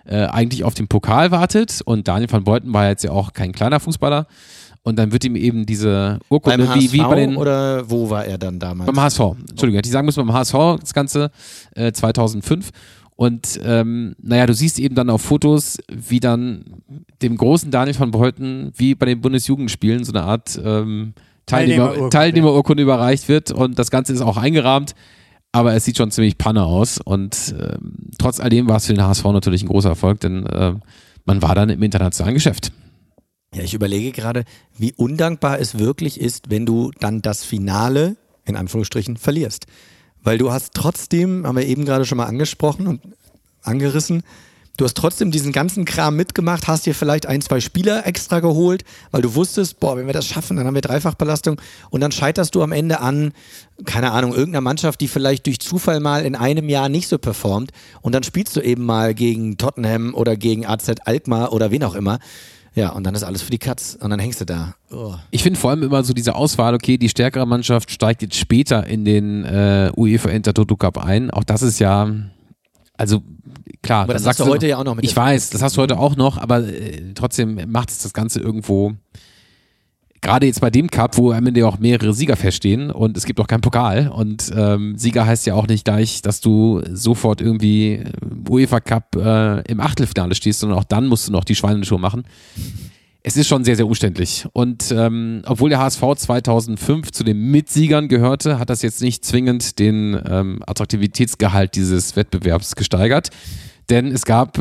S3: eigentlich auf den Pokal wartet und Daniel van Beuten war jetzt ja auch kein kleiner Fußballer und dann wird ihm eben diese Urkunde
S2: Beim HSV
S3: wie bei den
S2: oder wo war er dann damals?
S3: beim HSV, Entschuldigung, hätte ich sagen müssen, beim HSV das Ganze 2005 und du siehst eben dann auf Fotos, wie dann dem großen Daniel van Beuten wie bei den Bundesjugendspielen so eine Art Teilnehmerurkunde überreicht wird und das Ganze ist auch eingerahmt. Aber es sieht schon ziemlich Panne aus und trotz alledem war es für den HSV natürlich ein großer Erfolg, denn man war dann im internationalen Geschäft.
S2: Ja, ich überlege gerade, wie undankbar es wirklich ist, wenn du dann das Finale, in Anführungsstrichen, verlierst. Weil du hast trotzdem, haben wir eben gerade schon mal angesprochen und angerissen, du hast trotzdem diesen ganzen Kram mitgemacht, hast dir vielleicht 1, 2 Spieler extra geholt, weil du wusstest, wenn wir das schaffen, dann haben wir Dreifachbelastung und dann scheiterst du am Ende an, keine Ahnung, irgendeiner Mannschaft, die vielleicht durch Zufall mal in einem Jahr nicht so performt und dann spielst du eben mal gegen Tottenham oder gegen AZ Alkmaar oder wen auch immer. Ja, und dann ist alles für die Katz und dann hängst du da. Oh.
S3: Ich finde vor allem immer so diese Auswahl, okay, die stärkere Mannschaft steigt jetzt später in den UEFA Intertoto Cup ein. Auch das ist ja, also klar.
S2: Aber das hast du heute ja auch noch mit.
S3: Ich weiß, das hast du heute auch noch, aber trotzdem macht es das Ganze irgendwo, gerade jetzt bei dem Cup, wo am Ende auch mehrere Sieger feststehen und es gibt auch keinen Pokal und Sieger heißt ja auch nicht gleich, dass du sofort irgendwie UEFA Cup im Achtelfinale stehst, sondern auch dann musst du noch die Schweineshow machen. Es ist schon sehr, sehr umständlich und obwohl der HSV 2005 zu den Mitsiegern gehörte, hat das jetzt nicht zwingend den Attraktivitätsgehalt dieses Wettbewerbs gesteigert, denn es gab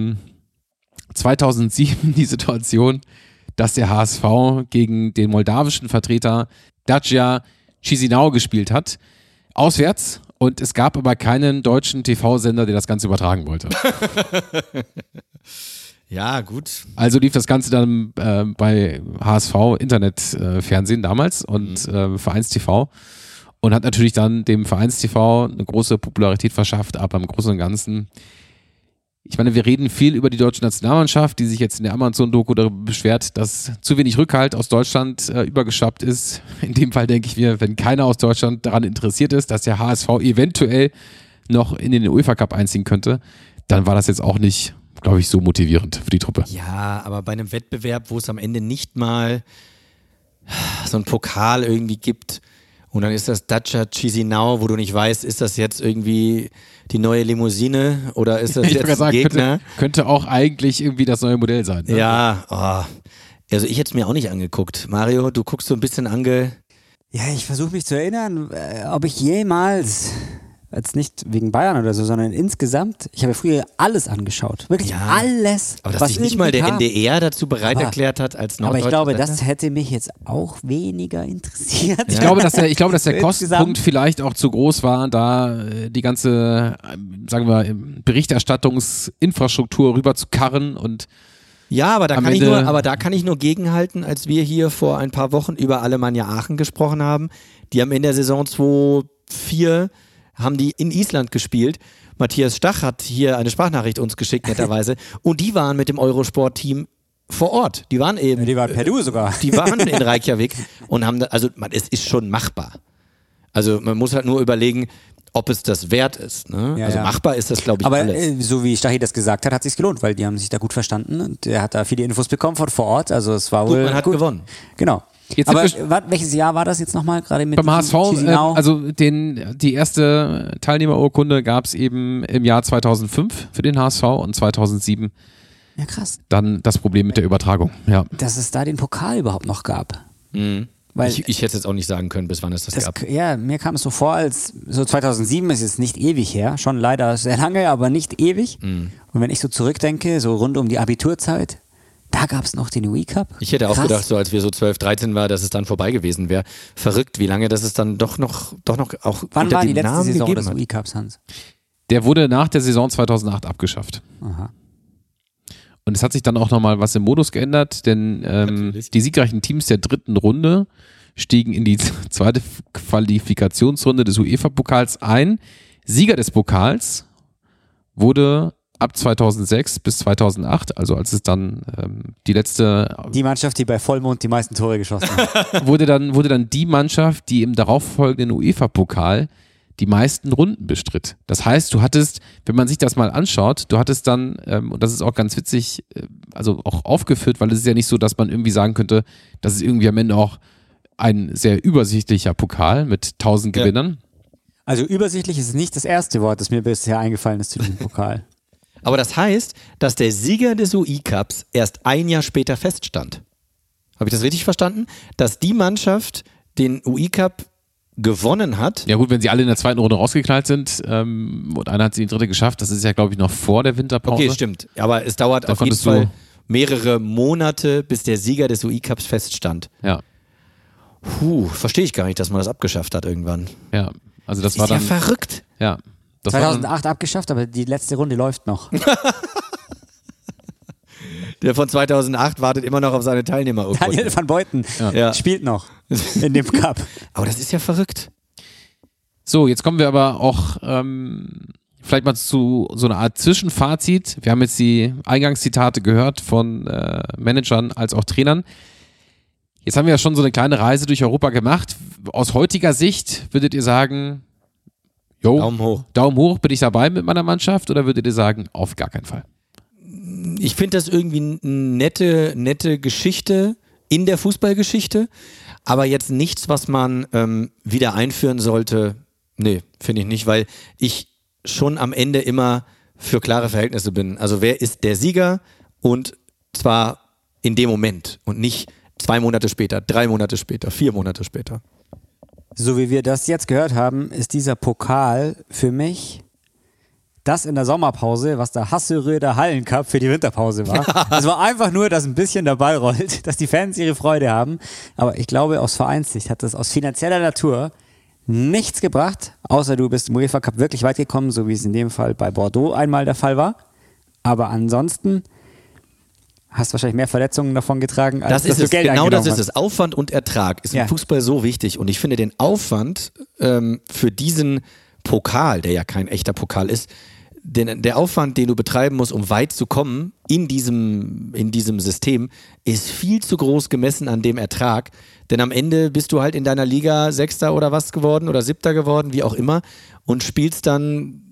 S3: 2007 die Situation, dass der HSV gegen den moldawischen Vertreter Dacia Chisinau gespielt hat, auswärts, und es gab aber keinen deutschen TV-Sender, der das Ganze übertragen wollte.
S2: Ja, gut.
S3: Also lief das Ganze dann bei HSV Internetfernsehen damals und Vereinstv und hat natürlich dann dem Vereinstv eine große Popularität verschafft, aber im Großen und Ganzen, ich meine, wir reden viel über die deutsche Nationalmannschaft, die sich jetzt in der Amazon-Doku darüber beschwert, dass zu wenig Rückhalt aus Deutschland übergeschwappt ist. In dem Fall denke ich mir, wenn keiner aus Deutschland daran interessiert ist, dass der HSV eventuell noch in den UEFA-Cup einziehen könnte, dann war das jetzt auch nicht, glaube ich, so motivierend für die Truppe.
S2: Ja, aber bei einem Wettbewerb, wo es am Ende nicht mal so einen Pokal irgendwie gibt und dann ist das Dacia Chisinau, wo du nicht weißt, ist das jetzt irgendwie die neue Limousine oder ist das jetzt ein Gegner?
S3: Könnte auch eigentlich irgendwie das neue Modell sein. Ne?
S2: Ja, also ich hätte es mir auch nicht angeguckt. Mario, du guckst so ein bisschen
S4: Ja, ich versuche mich zu erinnern, ob ich jemals, jetzt nicht wegen Bayern oder so, sondern insgesamt, ich habe früher alles angeschaut. Wirklich alles.
S2: Aber dass sich nicht mal der NDR dazu bereit erklärt hat als Norddeutscher.
S4: Aber ich glaube, das hätte mich jetzt auch weniger interessiert.
S3: Ich glaube, dass der Kostenpunkt vielleicht auch zu groß war, da die ganze, sagen wir, Berichterstattungsinfrastruktur rüber zu karren und
S2: ja, aber da kann ich nur gegenhalten, als wir hier vor ein paar Wochen über Alemannia Aachen gesprochen haben. Die haben in der Saison 2004 haben die in Island gespielt. Matthias Stach hat hier eine Sprachnachricht uns geschickt, netterweise. Und die waren mit dem Eurosport-Team vor Ort. Die waren eben.
S4: Die waren per Du sogar.
S2: Die waren in Reykjavik und haben, es ist schon machbar. Also man muss halt nur überlegen, ob es das wert ist. Ne?
S4: Ja,
S2: also machbar ist das, glaube ich,
S4: aber
S2: alles.
S4: So wie Stachy das gesagt hat, hat es sich gelohnt, weil die haben sich da gut verstanden und er hat da viele Infos bekommen von vor Ort. Also es war wohl
S2: man hat gewonnen.
S4: Genau.
S3: Jetzt
S4: aber welches Jahr war das jetzt nochmal gerade mit
S3: beim HSV? Also die erste Teilnehmerurkunde gab es eben im Jahr 2005 für den HSV und 2007
S4: ja, krass.
S3: Dann das Problem mit der Übertragung. Ja.
S4: Dass es da den Pokal überhaupt noch gab.
S2: Mhm. Weil ich hätte es jetzt auch nicht sagen können, bis wann es das gab.
S4: Ja, mir kam es so vor, als so 2007 ist jetzt nicht ewig her, schon leider sehr lange, aber nicht ewig. Mhm. Und wenn ich so zurückdenke, so rund um die Abiturzeit, da gab es noch den UE-Cup.
S2: Ich hätte auch gedacht, so als wir so 12, 13 waren, dass es dann vorbei gewesen wäre. Verrückt, wie lange das es dann doch noch auch
S4: wann
S2: unter
S4: war
S2: dem
S4: die letzte
S2: Namen
S4: Saison des
S2: hat.
S4: UE-Cups, Hans?
S3: Der wurde nach der Saison 2008 abgeschafft.
S4: Aha.
S3: Und es hat sich dann auch nochmal was im Modus geändert, denn die siegreichen Teams der dritten Runde stiegen in die zweite Qualifikationsrunde des UEFA-Pokals ein. Sieger des Pokals wurde ab 2006 bis 2008, also als es dann
S4: die Mannschaft, die bei Vollmond die meisten Tore geschossen hat.
S3: wurde dann die Mannschaft, die im darauffolgenden UEFA-Pokal die meisten Runden bestritt. Das heißt, du hattest, wenn man sich das mal anschaut, du hattest dann, und das ist auch ganz witzig, also auch aufgeführt, weil es ist ja nicht so, dass man irgendwie sagen könnte, das ist irgendwie am Ende auch ein sehr übersichtlicher Pokal mit 1000 Gewinnern.
S4: Also übersichtlich ist nicht das erste Wort, das mir bisher eingefallen ist zu diesem Pokal.
S2: Aber das heißt, dass der Sieger des UI-Cups erst ein Jahr später feststand. Habe ich das richtig verstanden? Dass die Mannschaft den UI-Cup gewonnen hat.
S3: Ja gut, wenn sie alle in der zweiten Runde rausgeknallt sind und einer hat sie in die dritte geschafft, das ist ja glaube ich noch vor der Winterpause.
S2: Okay, stimmt. Aber es dauert auf jeden Fall mehrere Monate, bis der Sieger des UI-Cups feststand.
S3: Ja.
S2: Verstehe ich gar nicht, dass man das abgeschafft hat irgendwann.
S3: Ja, also das war dann...
S2: Ist ja verrückt.
S3: Ja. Das
S4: 2008 abgeschafft, aber die letzte Runde läuft noch.
S2: Der von 2008 wartet immer noch auf seine Teilnehmerurkunde.
S4: Daniel van Beuten spielt noch in dem Cup.
S2: Aber das ist ja verrückt.
S3: So, jetzt kommen wir aber auch vielleicht mal zu so einer Art Zwischenfazit. Wir haben jetzt die Eingangszitate gehört von Managern als auch Trainern. Jetzt haben wir ja schon so eine kleine Reise durch Europa gemacht. Aus heutiger Sicht würdet ihr sagen, Daumen hoch, bin ich dabei mit meiner Mannschaft, oder würdet ihr sagen, auf gar keinen Fall?
S2: Ich finde das irgendwie eine nette Geschichte in der Fußballgeschichte, aber jetzt nichts, was man wieder einführen sollte. Nee, finde ich nicht, weil ich schon am Ende immer für klare Verhältnisse bin. Also wer ist der Sieger, und zwar in dem Moment und nicht 2 Monate später, 3 Monate später, 4 Monate später.
S4: So wie wir das jetzt gehört haben, ist dieser Pokal für mich das in der Sommerpause, was der Hasseröder Hallencup für die Winterpause war. Es war einfach nur, dass ein bisschen der Ball rollt, dass die Fans ihre Freude haben. Aber ich glaube, aus Vereinssicht hat das aus finanzieller Natur nichts gebracht, außer du bist im UEFA Cup wirklich weit gekommen, so wie es in dem Fall bei Bordeaux einmal der Fall war. Aber ansonsten hast wahrscheinlich mehr Verletzungen davon getragen, als dass du Geld eingenommen hast.
S2: Das ist es. Aufwand und Ertrag ist im Fußball so wichtig. Und ich finde den Aufwand für diesen Pokal, der ja kein echter Pokal ist, der Aufwand, den du betreiben musst, um weit zu kommen in diesem System, ist viel zu groß gemessen an dem Ertrag. Denn am Ende bist du halt in deiner Liga Sechster oder was geworden oder Siebter geworden, wie auch immer, und spielst dann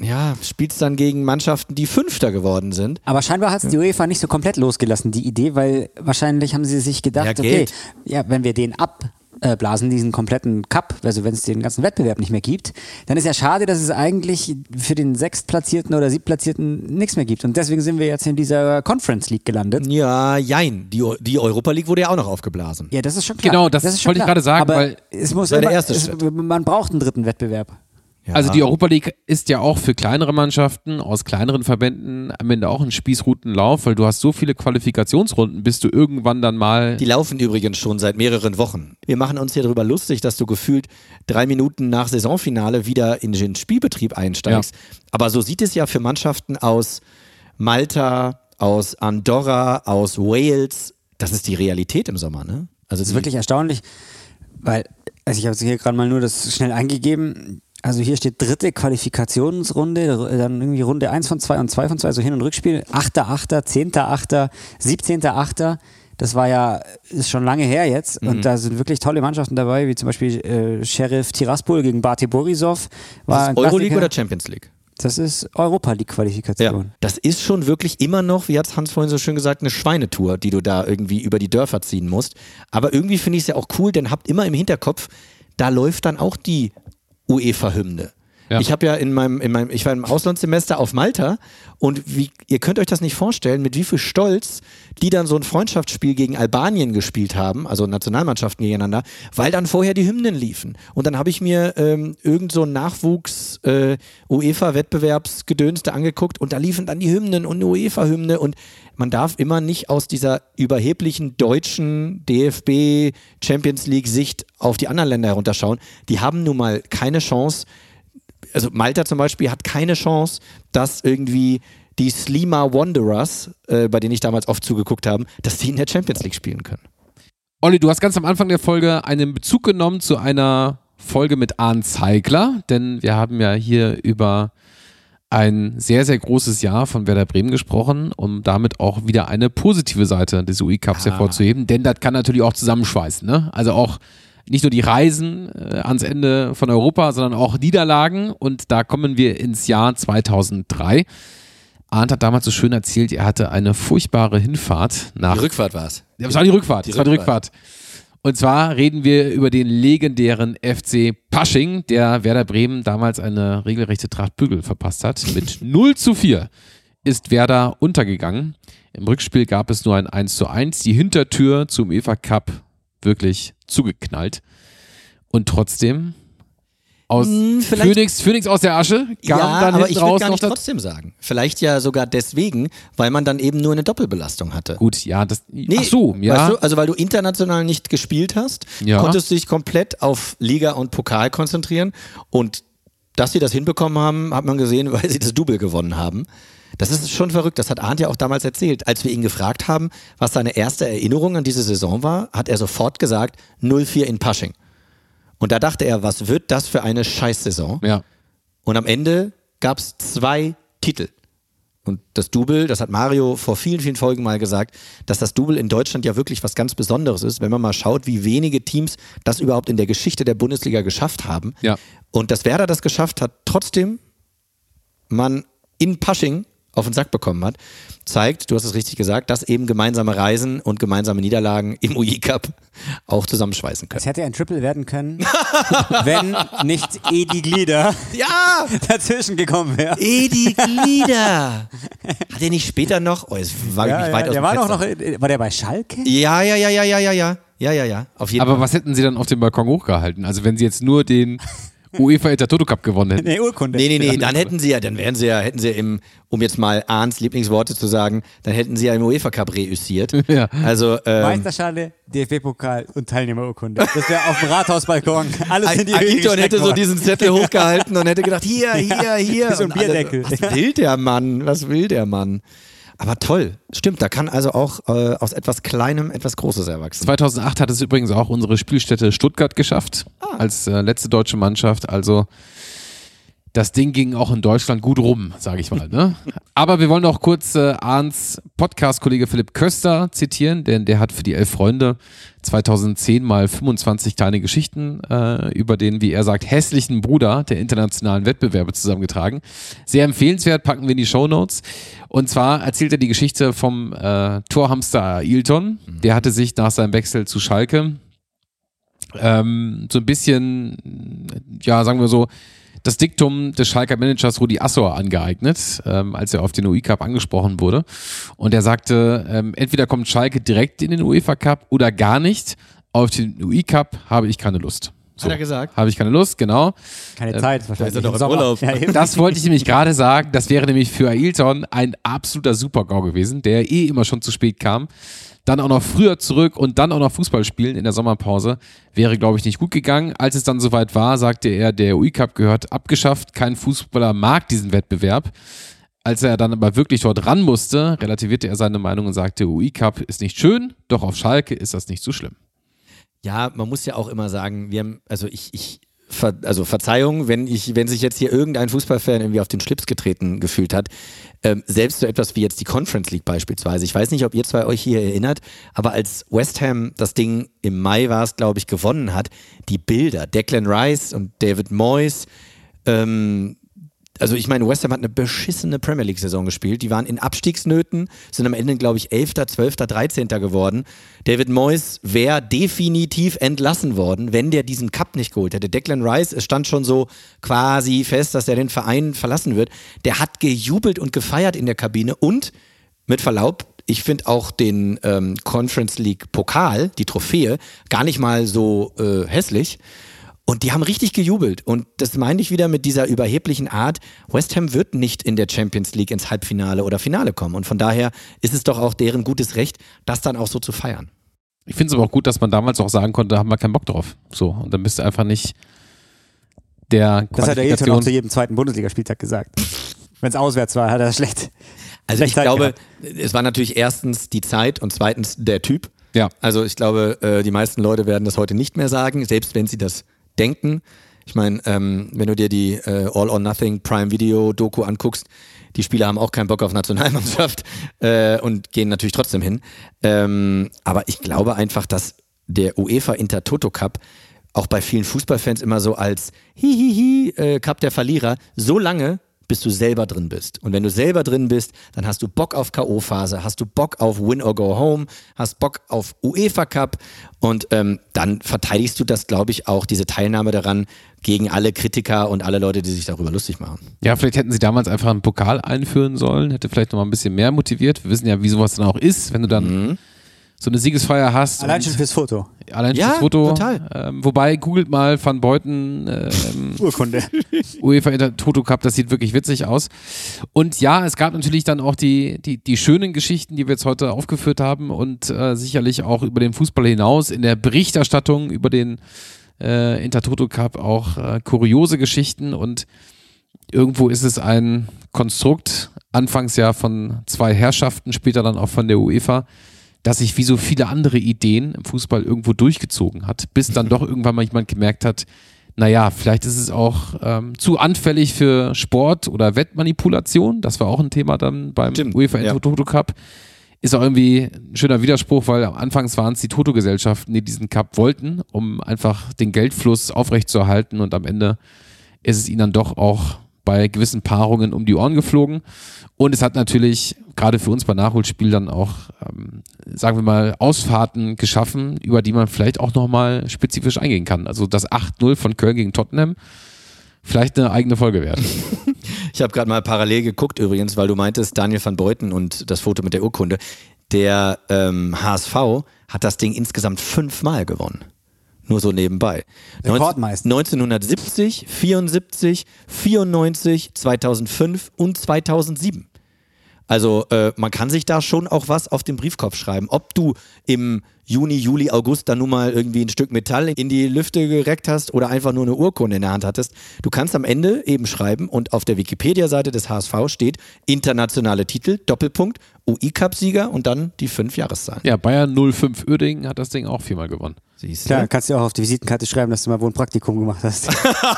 S2: gegen Mannschaften, die Fünfter geworden sind.
S4: Aber scheinbar hat es die UEFA nicht so komplett losgelassen, die Idee, weil wahrscheinlich haben sie sich gedacht, wenn wir den abblasen, diesen kompletten Cup, also wenn es den ganzen Wettbewerb nicht mehr gibt, dann ist ja schade, dass es eigentlich für den Sechstplatzierten oder Siebtplatzierten nichts mehr gibt. Und deswegen sind wir jetzt in dieser Conference League gelandet.
S2: Ja, jein. Die Europa League wurde ja auch noch aufgeblasen.
S4: Ja, das ist schon klar.
S3: Genau, das wollte ich gerade sagen,
S4: aber
S3: weil
S4: es muss
S2: der erste Schritt.
S4: Man braucht einen dritten Wettbewerb.
S2: Ja.
S3: Also die Europa League ist ja auch für kleinere Mannschaften aus kleineren Verbänden am Ende auch ein Spießrutenlauf, weil du hast so viele Qualifikationsrunden, bis du irgendwann dann mal...
S2: Die laufen übrigens schon seit mehreren Wochen. Wir machen uns hier darüber lustig, dass du gefühlt 3 Minuten nach Saisonfinale wieder in den Spielbetrieb einsteigst. Ja. Aber so sieht es ja für Mannschaften aus Malta, aus Andorra, aus Wales. Das ist die Realität im Sommer, ne? Also
S4: das ist wirklich erstaunlich, weil, also ich habe hier gerade mal nur das schnell eingegeben. Also hier steht 3. Qualifikationsrunde, dann irgendwie Runde 1 von 2 und 2 von 2, also Hin- und Rückspiel, 8.8., 10.8., 17.8., das ist schon lange her jetzt, und da sind wirklich tolle Mannschaften dabei, wie zum Beispiel Sheriff Tiraspol gegen Bate Borisov.
S2: War das Euroleague oder Champions League?
S4: Das ist Europa League Qualifikation.
S2: Ja, das ist schon wirklich immer noch, wie hat Hans vorhin so schön gesagt, eine Schweinetour, die du da irgendwie über die Dörfer ziehen musst. Aber irgendwie finde ich es ja auch cool, denn habt immer im Hinterkopf, da läuft dann auch die UEFA-Hymne. Ja. Ich habe ja ich war im Auslandssemester auf Malta, und ihr könnt euch das nicht vorstellen, mit wie viel Stolz die dann so ein Freundschaftsspiel gegen Albanien gespielt haben, also Nationalmannschaften gegeneinander, weil dann vorher die Hymnen liefen. Und dann habe ich mir irgend so ein Nachwuchs UEFA-Wettbewerbsgedönste angeguckt, und da liefen dann die Hymnen und eine UEFA-Hymne, und man darf immer nicht aus dieser überheblichen deutschen DFB-Champions-League-Sicht auf die anderen Länder herunterschauen. Die haben nun mal keine Chance. Also Malta zum Beispiel hat keine Chance, dass irgendwie die Slima Wanderers, bei denen ich damals oft zugeguckt habe, dass die in der Champions League spielen können.
S3: Olli, du hast ganz am Anfang der Folge einen Bezug genommen zu einer Folge mit Arne Zeigler, denn wir haben ja hier über ein sehr, sehr großes Jahr von Werder Bremen gesprochen, um damit auch wieder eine positive Seite des UI-Cups hervorzuheben, denn das kann natürlich auch zusammenschweißen, ne? Also auch nicht nur die Reisen ans Ende von Europa, sondern auch Niederlagen. Und da kommen wir ins Jahr 2003. Arndt hat damals so schön erzählt, er hatte eine furchtbare Hinfahrt nach...
S2: Die Rückfahrt war es.
S3: Das war die Rückfahrt. Das war die Rückfahrt. Und zwar reden wir über den legendären FC Pasching, der Werder Bremen damals eine regelrechte Tracht Prügel verpasst hat. Mit 0:4 ist Werder untergegangen. Im Rückspiel gab es nur ein 1:1. Die Hintertür zum UEFA Cup wirklich zugeknallt. Und trotzdem... Aus Phoenix aus der Asche kam dann
S2: aber
S3: hinten
S2: ich
S3: raus
S2: würde gar
S3: noch
S2: nicht trotzdem sagen. Vielleicht ja sogar deswegen, weil man dann eben nur eine Doppelbelastung hatte.
S3: Gut, ja, das.
S2: Nee,
S3: ach so, ja.
S2: Weißt du, also weil du international nicht gespielt hast,
S3: Ja.
S2: konntest du dich komplett auf Liga und Pokal konzentrieren. Und dass sie das hinbekommen haben, hat man gesehen, weil sie das Double gewonnen haben. Das ist schon verrückt. Das hat Arndt ja auch damals erzählt. Als wir ihn gefragt haben, was seine erste Erinnerung an diese Saison war, hat er sofort gesagt, 0:4 in Pasching. Und da dachte er, was wird das für eine Scheißsaison?
S3: Ja.
S2: Und am Ende gab es 2 Titel. Und das Double, das hat Mario vor vielen, vielen Folgen mal gesagt, dass das Double in Deutschland ja wirklich was ganz Besonderes ist, wenn man mal schaut, wie wenige Teams das überhaupt in der Geschichte der Bundesliga geschafft haben.
S3: Ja.
S2: Und dass Werder das geschafft hat, trotzdem man in Pasching auf den Sack bekommen hat, zeigt, du hast es richtig gesagt, dass eben gemeinsame Reisen und gemeinsame Niederlagen im UI-Cup auch zusammenschweißen können.
S4: Es hätte ein Triple werden können, wenn nicht Edi Glieder
S2: Ja!
S4: dazwischen gekommen wäre.
S2: Edi Glieder! Hat er nicht später noch? Oh, jetzt wage ich mich weit aus
S4: der
S2: dem
S4: war doch
S2: Fenster.
S4: noch, war der bei Schalke?
S2: Ja. Auf jeden
S3: Aber
S2: Fall.
S3: was hätten sie dann auf dem Balkon hochgehalten? Also wenn sie jetzt nur den UEFA Intertoto Cup gewonnen hätten.
S4: Nee, Urkunde.
S2: Nee, dann hätten sie im, um jetzt mal Arndts Lieblingsworte zu sagen, dann hätten sie ja im UEFA Cup reüssiert.
S3: Ja.
S2: Also,
S4: Meisterschale, DFB-Pokal und Teilnehmerurkunde. Das wäre auf dem Rathausbalkon. Alles in die Höhe
S2: Ailton
S4: gestreckt
S2: hätte so
S4: worden.
S2: diesen Zettel hochgehalten und hätte gedacht, hier.
S4: So ein
S2: Und alle,
S4: Bierdeckel.
S2: Was will der Mann? Aber toll, stimmt, da kann also auch aus etwas Kleinem etwas Großes erwachsen.
S3: 2008 hat es übrigens auch unsere Spielstätte Stuttgart geschafft, als letzte deutsche Mannschaft. Also das Ding ging auch in Deutschland gut rum, sage ich mal. Ne? Aber wir wollen noch kurz Arndts Podcast-Kollege Philipp Köster zitieren, denn der hat für die 11 Freunde 2010 mal 25 kleine Geschichten über den, wie er sagt, hässlichen Bruder der internationalen Wettbewerbe zusammengetragen. Sehr empfehlenswert, packen wir in die Shownotes. Und zwar erzählt er die Geschichte vom Torhamster Ailton. Der hatte sich nach seinem Wechsel zu Schalke so ein bisschen, ja, sagen wir so, das Diktum des Schalker Managers Rudi Assauer angeeignet, als er auf den UI-Cup angesprochen wurde. Und er sagte, entweder kommt Schalke direkt in den UEFA Cup oder gar nicht. Auf den UI-Cup habe ich keine Lust. So,
S2: Hat er gesagt?
S3: Habe ich keine Lust, genau.
S4: Keine Zeit wahrscheinlich.
S2: ist er doch
S4: Im
S2: im
S4: Sommer.
S2: Urlaub.
S4: Ja, eben.
S3: Das wollte ich nämlich gerade sagen. Das wäre nämlich für Ailton ein absoluter Super-GAU gewesen, der immer schon zu spät kam. Dann auch noch früher zurück und dann auch noch Fußball spielen in der Sommerpause. Wäre, glaube ich, nicht gut gegangen. Als es dann soweit war, sagte er, der UI-Cup gehört abgeschafft. Kein Fußballer mag diesen Wettbewerb. Als er dann aber wirklich dort ran musste, relativierte er seine Meinung und sagte, UI-Cup ist nicht schön, doch auf Schalke ist das nicht so schlimm.
S2: Ja, man muss ja auch immer sagen, wir haben, also Verzeihung, wenn sich jetzt hier irgendein Fußballfan irgendwie auf den Schlips getreten gefühlt hat, selbst so etwas wie jetzt die Conference League beispielsweise. Ich weiß nicht, ob ihr zwei euch hier erinnert, aber als West Ham das Ding im Mai war es, glaube ich, gewonnen hat, die Bilder, Declan Rice und David Moyes, also ich meine, West Ham hat eine beschissene Premier League-Saison gespielt. Die waren in Abstiegsnöten, sind am Ende, glaube ich, 11., 12., 13. geworden. David Moyes wäre definitiv entlassen worden, wenn der diesen Cup nicht geholt hätte. Declan Rice, es stand schon so quasi fest, dass er den Verein verlassen wird. Der hat gejubelt und gefeiert in der Kabine und, mit Verlaub, ich finde auch den Conference League Pokal, die Trophäe, gar nicht mal so hässlich. Und die haben richtig gejubelt. Und das meine ich wieder mit dieser überheblichen Art. West Ham wird nicht in der Champions League ins Halbfinale oder Finale kommen. Und von daher ist es doch auch deren gutes Recht, das dann auch so zu feiern.
S3: Ich finde es aber auch gut, dass man damals auch sagen konnte, da haben wir keinen Bock drauf. So, und dann bist du einfach nicht der
S4: Das hat der Ailton auch
S3: Qualifikation.
S4: zu jedem zweiten Bundesligaspieltag gesagt. Wenn es auswärts war, hat er schlecht.
S2: Also ich
S4: Zeit
S2: glaube,
S4: gehabt.
S2: es war natürlich erstens die Zeit und zweitens der Typ.
S3: Ja.
S2: Also ich glaube, die meisten Leute werden das heute nicht mehr sagen, selbst wenn sie das denken. Ich meine, wenn du dir die All or Nothing Prime Video Doku anguckst, die Spieler haben auch keinen Bock auf Nationalmannschaft und gehen natürlich trotzdem hin. Aber ich glaube einfach, dass der UEFA Intertoto Cup auch bei vielen Fußballfans immer so als Cup der Verlierer, so lange, bis du selber drin bist. Und wenn du selber drin bist, dann hast du Bock auf K.O.-Phase, hast du Bock auf Win or Go Home, hast Bock auf UEFA Cup und dann verteidigst du das, glaube ich, auch, diese Teilnahme daran gegen alle Kritiker und alle Leute, die sich darüber lustig machen.
S3: Ja, vielleicht hätten sie damals einfach einen Pokal einführen sollen, hätte vielleicht noch mal ein bisschen mehr motiviert. Wir wissen ja, wie sowas dann auch ist, wenn du dann so eine Siegesfeier hast.
S4: Allein schon fürs Foto.
S3: Allein fürs Foto. Total. Wobei, googelt mal Van Beuten
S4: Urkunde.
S3: UEFA Intertoto Cup, das sieht wirklich witzig aus. Und ja, es gab natürlich dann auch die schönen Geschichten, die wir jetzt heute aufgeführt haben und sicherlich auch über den Fußball hinaus in der Berichterstattung über den Intertoto Cup auch kuriose Geschichten und irgendwo ist es ein Konstrukt, anfangs ja von zwei Herrschaften, später dann auch von der UEFA, dass sich wie so viele andere Ideen im Fußball irgendwo durchgezogen hat, bis dann doch irgendwann mal jemand gemerkt hat, naja, vielleicht ist es auch zu anfällig für Sport oder Wettmanipulation, das war auch ein Thema dann beim UEFA Intertoto Cup. Ist auch irgendwie ein schöner Widerspruch, weil anfangs waren es die Toto-Gesellschaften, die diesen Cup wollten, um einfach den Geldfluss aufrechtzuerhalten und am Ende ist es ihnen dann doch auch bei gewissen Paarungen um die Ohren geflogen und es hat natürlich gerade für uns bei Nachholspiel dann auch, sagen wir mal, Ausfahrten geschaffen, über die man vielleicht auch nochmal spezifisch eingehen kann. Also das 8-0 von Köln gegen Tottenham, vielleicht eine eigene Folge wert.
S2: Ich habe gerade mal parallel geguckt übrigens, weil du meintest, Daniel van Beuten und das Foto mit der Urkunde. Der HSV hat das Ding insgesamt 5-mal gewonnen. Nur so nebenbei.
S4: Rekordmeister.
S2: 1970, 74, 94, 2005 und 2007. Also man kann sich da schon auch was auf den Briefkopf schreiben. Ob du im Juni, Juli, August dann nun mal irgendwie ein Stück Metall in die Lüfte gereckt hast oder einfach nur eine Urkunde in der Hand hattest. Du kannst am Ende eben schreiben und auf der Wikipedia-Seite des HSV steht internationale Titel, Doppelpunkt, UI-Cup-Sieger und dann die 5 Jahreszahlen.
S3: Ja, Bayern 05 Uerdingen hat das Ding auch 4-mal gewonnen.
S2: Siehst du?
S4: Klar, kannst du auch auf die Visitenkarte schreiben, dass du mal wohl ein Praktikum gemacht hast.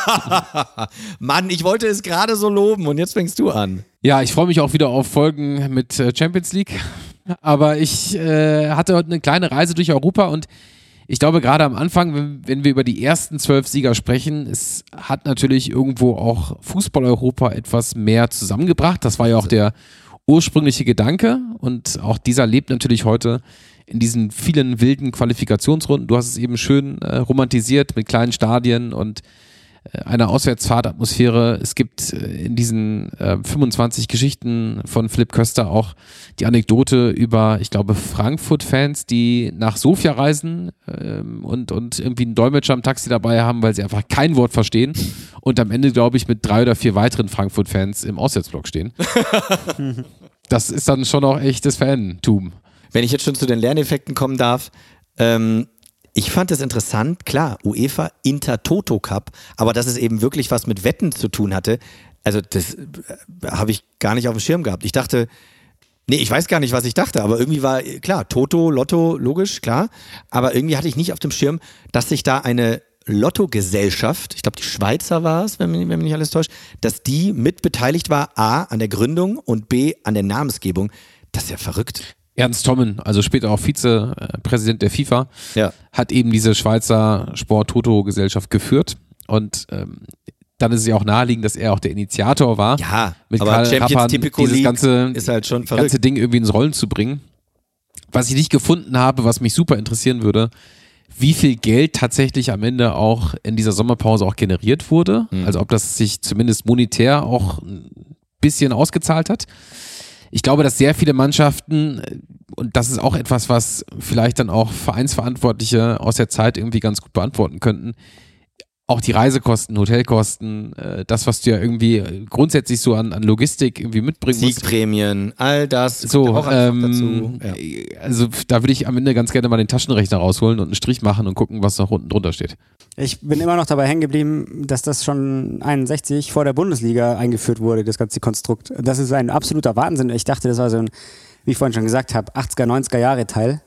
S2: Mann, ich wollte es gerade so loben und jetzt fängst du an.
S3: Ja, ich freue mich auch wieder auf Folgen mit Champions League. Aber ich hatte heute eine kleine Reise durch Europa und ich glaube gerade am Anfang, wenn wir über die ersten 12 Sieger sprechen, es hat natürlich irgendwo auch Fußball-Europa etwas mehr zusammengebracht. Das war ja auch der ursprüngliche Gedanke und auch dieser lebt natürlich heute in diesen vielen wilden Qualifikationsrunden. Du hast es eben schön romantisiert mit kleinen Stadien und einer Auswärtsfahrtatmosphäre. Es gibt in diesen 25 Geschichten von Philipp Köster auch die Anekdote über, ich glaube, Frankfurt-Fans, die nach Sofia reisen und irgendwie einen Dolmetscher im Taxi dabei haben, weil sie einfach kein Wort verstehen und am Ende, glaube ich, mit 3 oder 4 weiteren Frankfurt-Fans im Auswärtsblock stehen. Das ist dann schon auch echtes Fantum.
S2: Wenn ich jetzt schon zu den Lerneffekten kommen darf, ich fand es interessant, klar, UEFA Intertoto Cup, aber dass es eben wirklich was mit Wetten zu tun hatte, also das habe ich gar nicht auf dem Schirm gehabt. Ich dachte, ich weiß gar nicht, was ich dachte, aber irgendwie war, klar, Toto, Lotto, logisch, klar, aber irgendwie hatte ich nicht auf dem Schirm, dass sich da eine Lottogesellschaft, ich glaube die Schweizer war es, wenn mich nicht alles täuscht, dass die mit beteiligt war, A, an der Gründung und B, an der Namensgebung. Das ist ja verrückt.
S3: Ernst Tommen, also später auch Vizepräsident der FIFA, hat eben diese Schweizer Sport-Toto-Gesellschaft geführt und dann ist es ja auch naheliegend, dass er auch der Initiator war.
S2: Ja,
S3: mit
S2: aber
S3: Karl
S2: Champions
S3: Rappan
S2: Typico
S3: dieses
S2: League ist halt schon verrückt.
S3: ganze Ding irgendwie ins Rollen zu bringen. Was ich nicht gefunden habe, was mich super interessieren würde, wie viel Geld tatsächlich am Ende auch in dieser Sommerpause auch generiert wurde. Also ob das sich zumindest monetär auch ein bisschen ausgezahlt hat. Ich glaube, dass sehr viele Mannschaften, und das ist auch etwas, was vielleicht dann auch Vereinsverantwortliche aus der Zeit irgendwie ganz gut beantworten könnten, auch die Reisekosten, Hotelkosten, das, was du ja irgendwie grundsätzlich so an Logistik irgendwie mitbringen musst.
S2: Siegprämien, all das.
S3: So,
S2: auch dazu. Ja.
S3: Also da würde ich am Ende ganz gerne mal den Taschenrechner rausholen und einen Strich machen und gucken, was noch unten drunter steht. Ich
S4: bin immer noch dabei hängen geblieben, dass das schon 61 vor der Bundesliga eingeführt wurde, das ganze Konstrukt. Das ist ein absoluter Wahnsinn. Ich dachte, das war so ein, wie ich vorhin schon gesagt habe, 80er, 90er Jahre Teil.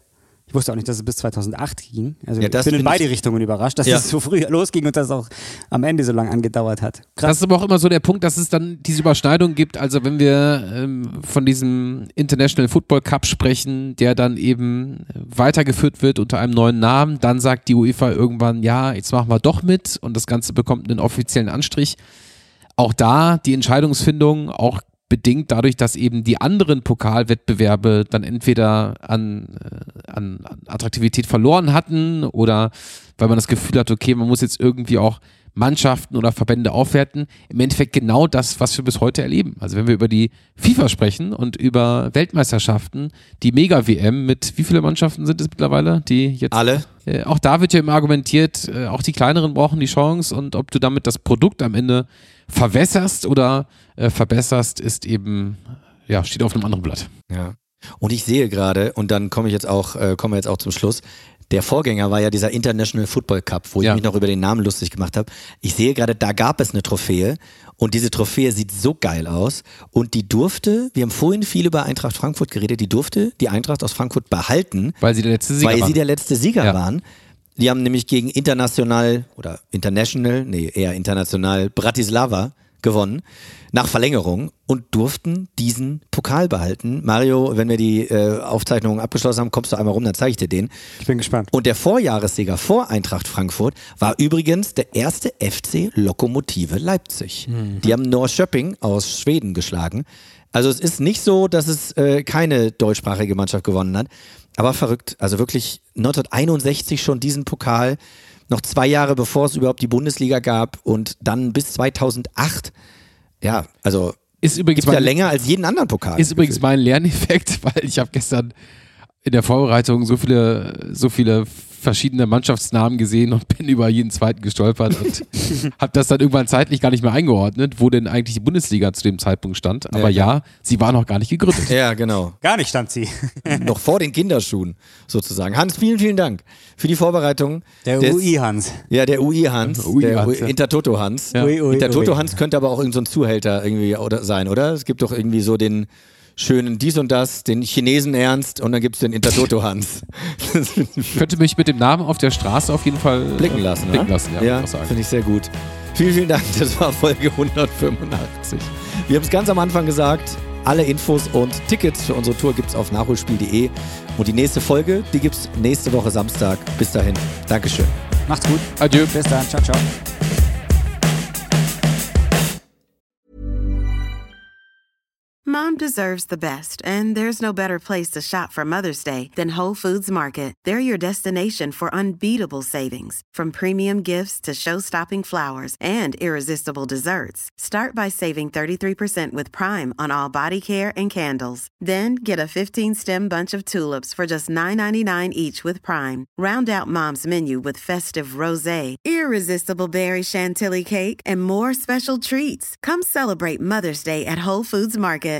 S4: Ich wusste auch nicht, dass es bis 2008 ging. Also
S2: Ja,
S4: ich
S2: das
S4: bin in
S2: find
S4: beide
S2: ich-
S4: Richtungen überrascht, dass
S2: Ja.
S4: es so früh losging und dass es auch am Ende so lange angedauert hat. Krass.
S3: Das ist aber auch immer so der Punkt, dass es dann diese Überschneidung gibt. Also wenn wir von diesem International Football Cup sprechen, der dann eben weitergeführt wird unter einem neuen Namen, dann sagt die UEFA irgendwann, ja, jetzt machen wir doch mit und das Ganze bekommt einen offiziellen Anstrich. Auch da die Entscheidungsfindung, auch bedingt dadurch, dass eben die anderen Pokalwettbewerbe dann entweder an Attraktivität verloren hatten oder weil man das Gefühl hat, okay, man muss jetzt irgendwie auch Mannschaften oder Verbände aufwerten. Im Endeffekt genau das, was wir bis heute erleben. Also wenn wir über die FIFA sprechen und über Weltmeisterschaften, die Mega-WM mit wie viele Mannschaften sind es mittlerweile, die jetzt
S2: Alle?
S3: auch da wird ja immer argumentiert, auch die kleineren brauchen die Chance und ob du damit das Produkt am Ende verwässerst oder verbesserst, ist eben, ja, steht auf einem anderen Blatt.
S2: Ja. Und ich sehe gerade, und dann kommen wir jetzt auch zum Schluss, der Vorgänger war ja dieser International Football Cup, wo ich mich noch über den Namen lustig gemacht habe. Ich sehe gerade, da gab es eine Trophäe und diese Trophäe sieht so geil aus und die durfte, wir haben vorhin viel über Eintracht Frankfurt geredet, die durfte die Eintracht aus Frankfurt behalten,
S3: Weil sie der letzte Sieger
S2: weil
S3: waren.
S2: sie der letzte Sieger
S3: Ja.
S2: waren. Die haben nämlich gegen International Bratislava gewonnen, nach Verlängerung und durften diesen Pokal behalten. Mario, wenn wir die Aufzeichnungen abgeschlossen haben, kommst du einmal rum, dann zeige ich dir den.
S4: Ich bin gespannt.
S2: Und der Vorjahressieger vor Eintracht Frankfurt war übrigens der erste FC Lokomotive Leipzig. Die haben Norrköping aus Schweden geschlagen. Also es ist nicht so, dass es keine deutschsprachige Mannschaft gewonnen hat, aber verrückt. Also wirklich 1961 schon diesen Pokal, noch 2 Jahre bevor es überhaupt die Bundesliga gab und dann bis 2008. Ja, also
S3: Ist übrigens
S2: gibt ja länger als jeden anderen Pokal.
S3: Ist übrigens mein Lerneffekt, weil ich habe gestern in der Vorbereitung so viele verschiedene Mannschaftsnamen gesehen und bin über jeden zweiten gestolpert und habe das dann irgendwann zeitlich gar nicht mehr eingeordnet, wo denn eigentlich die Bundesliga zu dem Zeitpunkt stand. Aber ja, sie war noch gar nicht gegründet.
S2: Ja, genau.
S4: Gar nicht stand sie.
S2: Noch vor den Kinderschuhen sozusagen. Hans, vielen, vielen Dank für die Vorbereitung.
S4: Der UI-Hans.
S2: Ja, der UI-Hans. Der
S3: Hans, ja.
S2: Intertoto-Hans.
S3: Ja.
S2: Intertoto-Hans könnte aber auch irgend so ein Zuhälter irgendwie sein, oder? Es gibt doch irgendwie so den schönen dies und das, den Chinesen Ernst und dann gibt es den Intertoto-Hans.
S3: Ich könnte mich mit dem Namen auf der Straße auf jeden Fall
S2: Blicken lassen,
S3: blicken
S2: ne?
S3: lassen, ja,
S2: Ja,
S3: muss ich sagen.
S2: finde ich sehr gut. Vielen, vielen Dank. Das war Folge 185. Wir haben es ganz am Anfang gesagt. Alle Infos und Tickets für unsere Tour gibt es auf nachholspiel.de. Und die nächste Folge, die gibt es nächste Woche Samstag. Bis dahin. Dankeschön.
S4: Macht's gut.
S3: Adieu.
S4: Bis dann. Ciao, ciao.
S6: Mom deserves the best, and there's no better place to shop for Mother's Day than Whole Foods Market. They're your destination for unbeatable savings, from premium gifts to show-stopping flowers and irresistible desserts. Start by saving 33% with Prime on all body care and candles. Then get a 15-stem bunch of tulips for just $9.99 each with Prime. Round out Mom's menu with festive rosé, irresistible berry chantilly cake, and more special treats. Come celebrate Mother's Day at Whole Foods Market.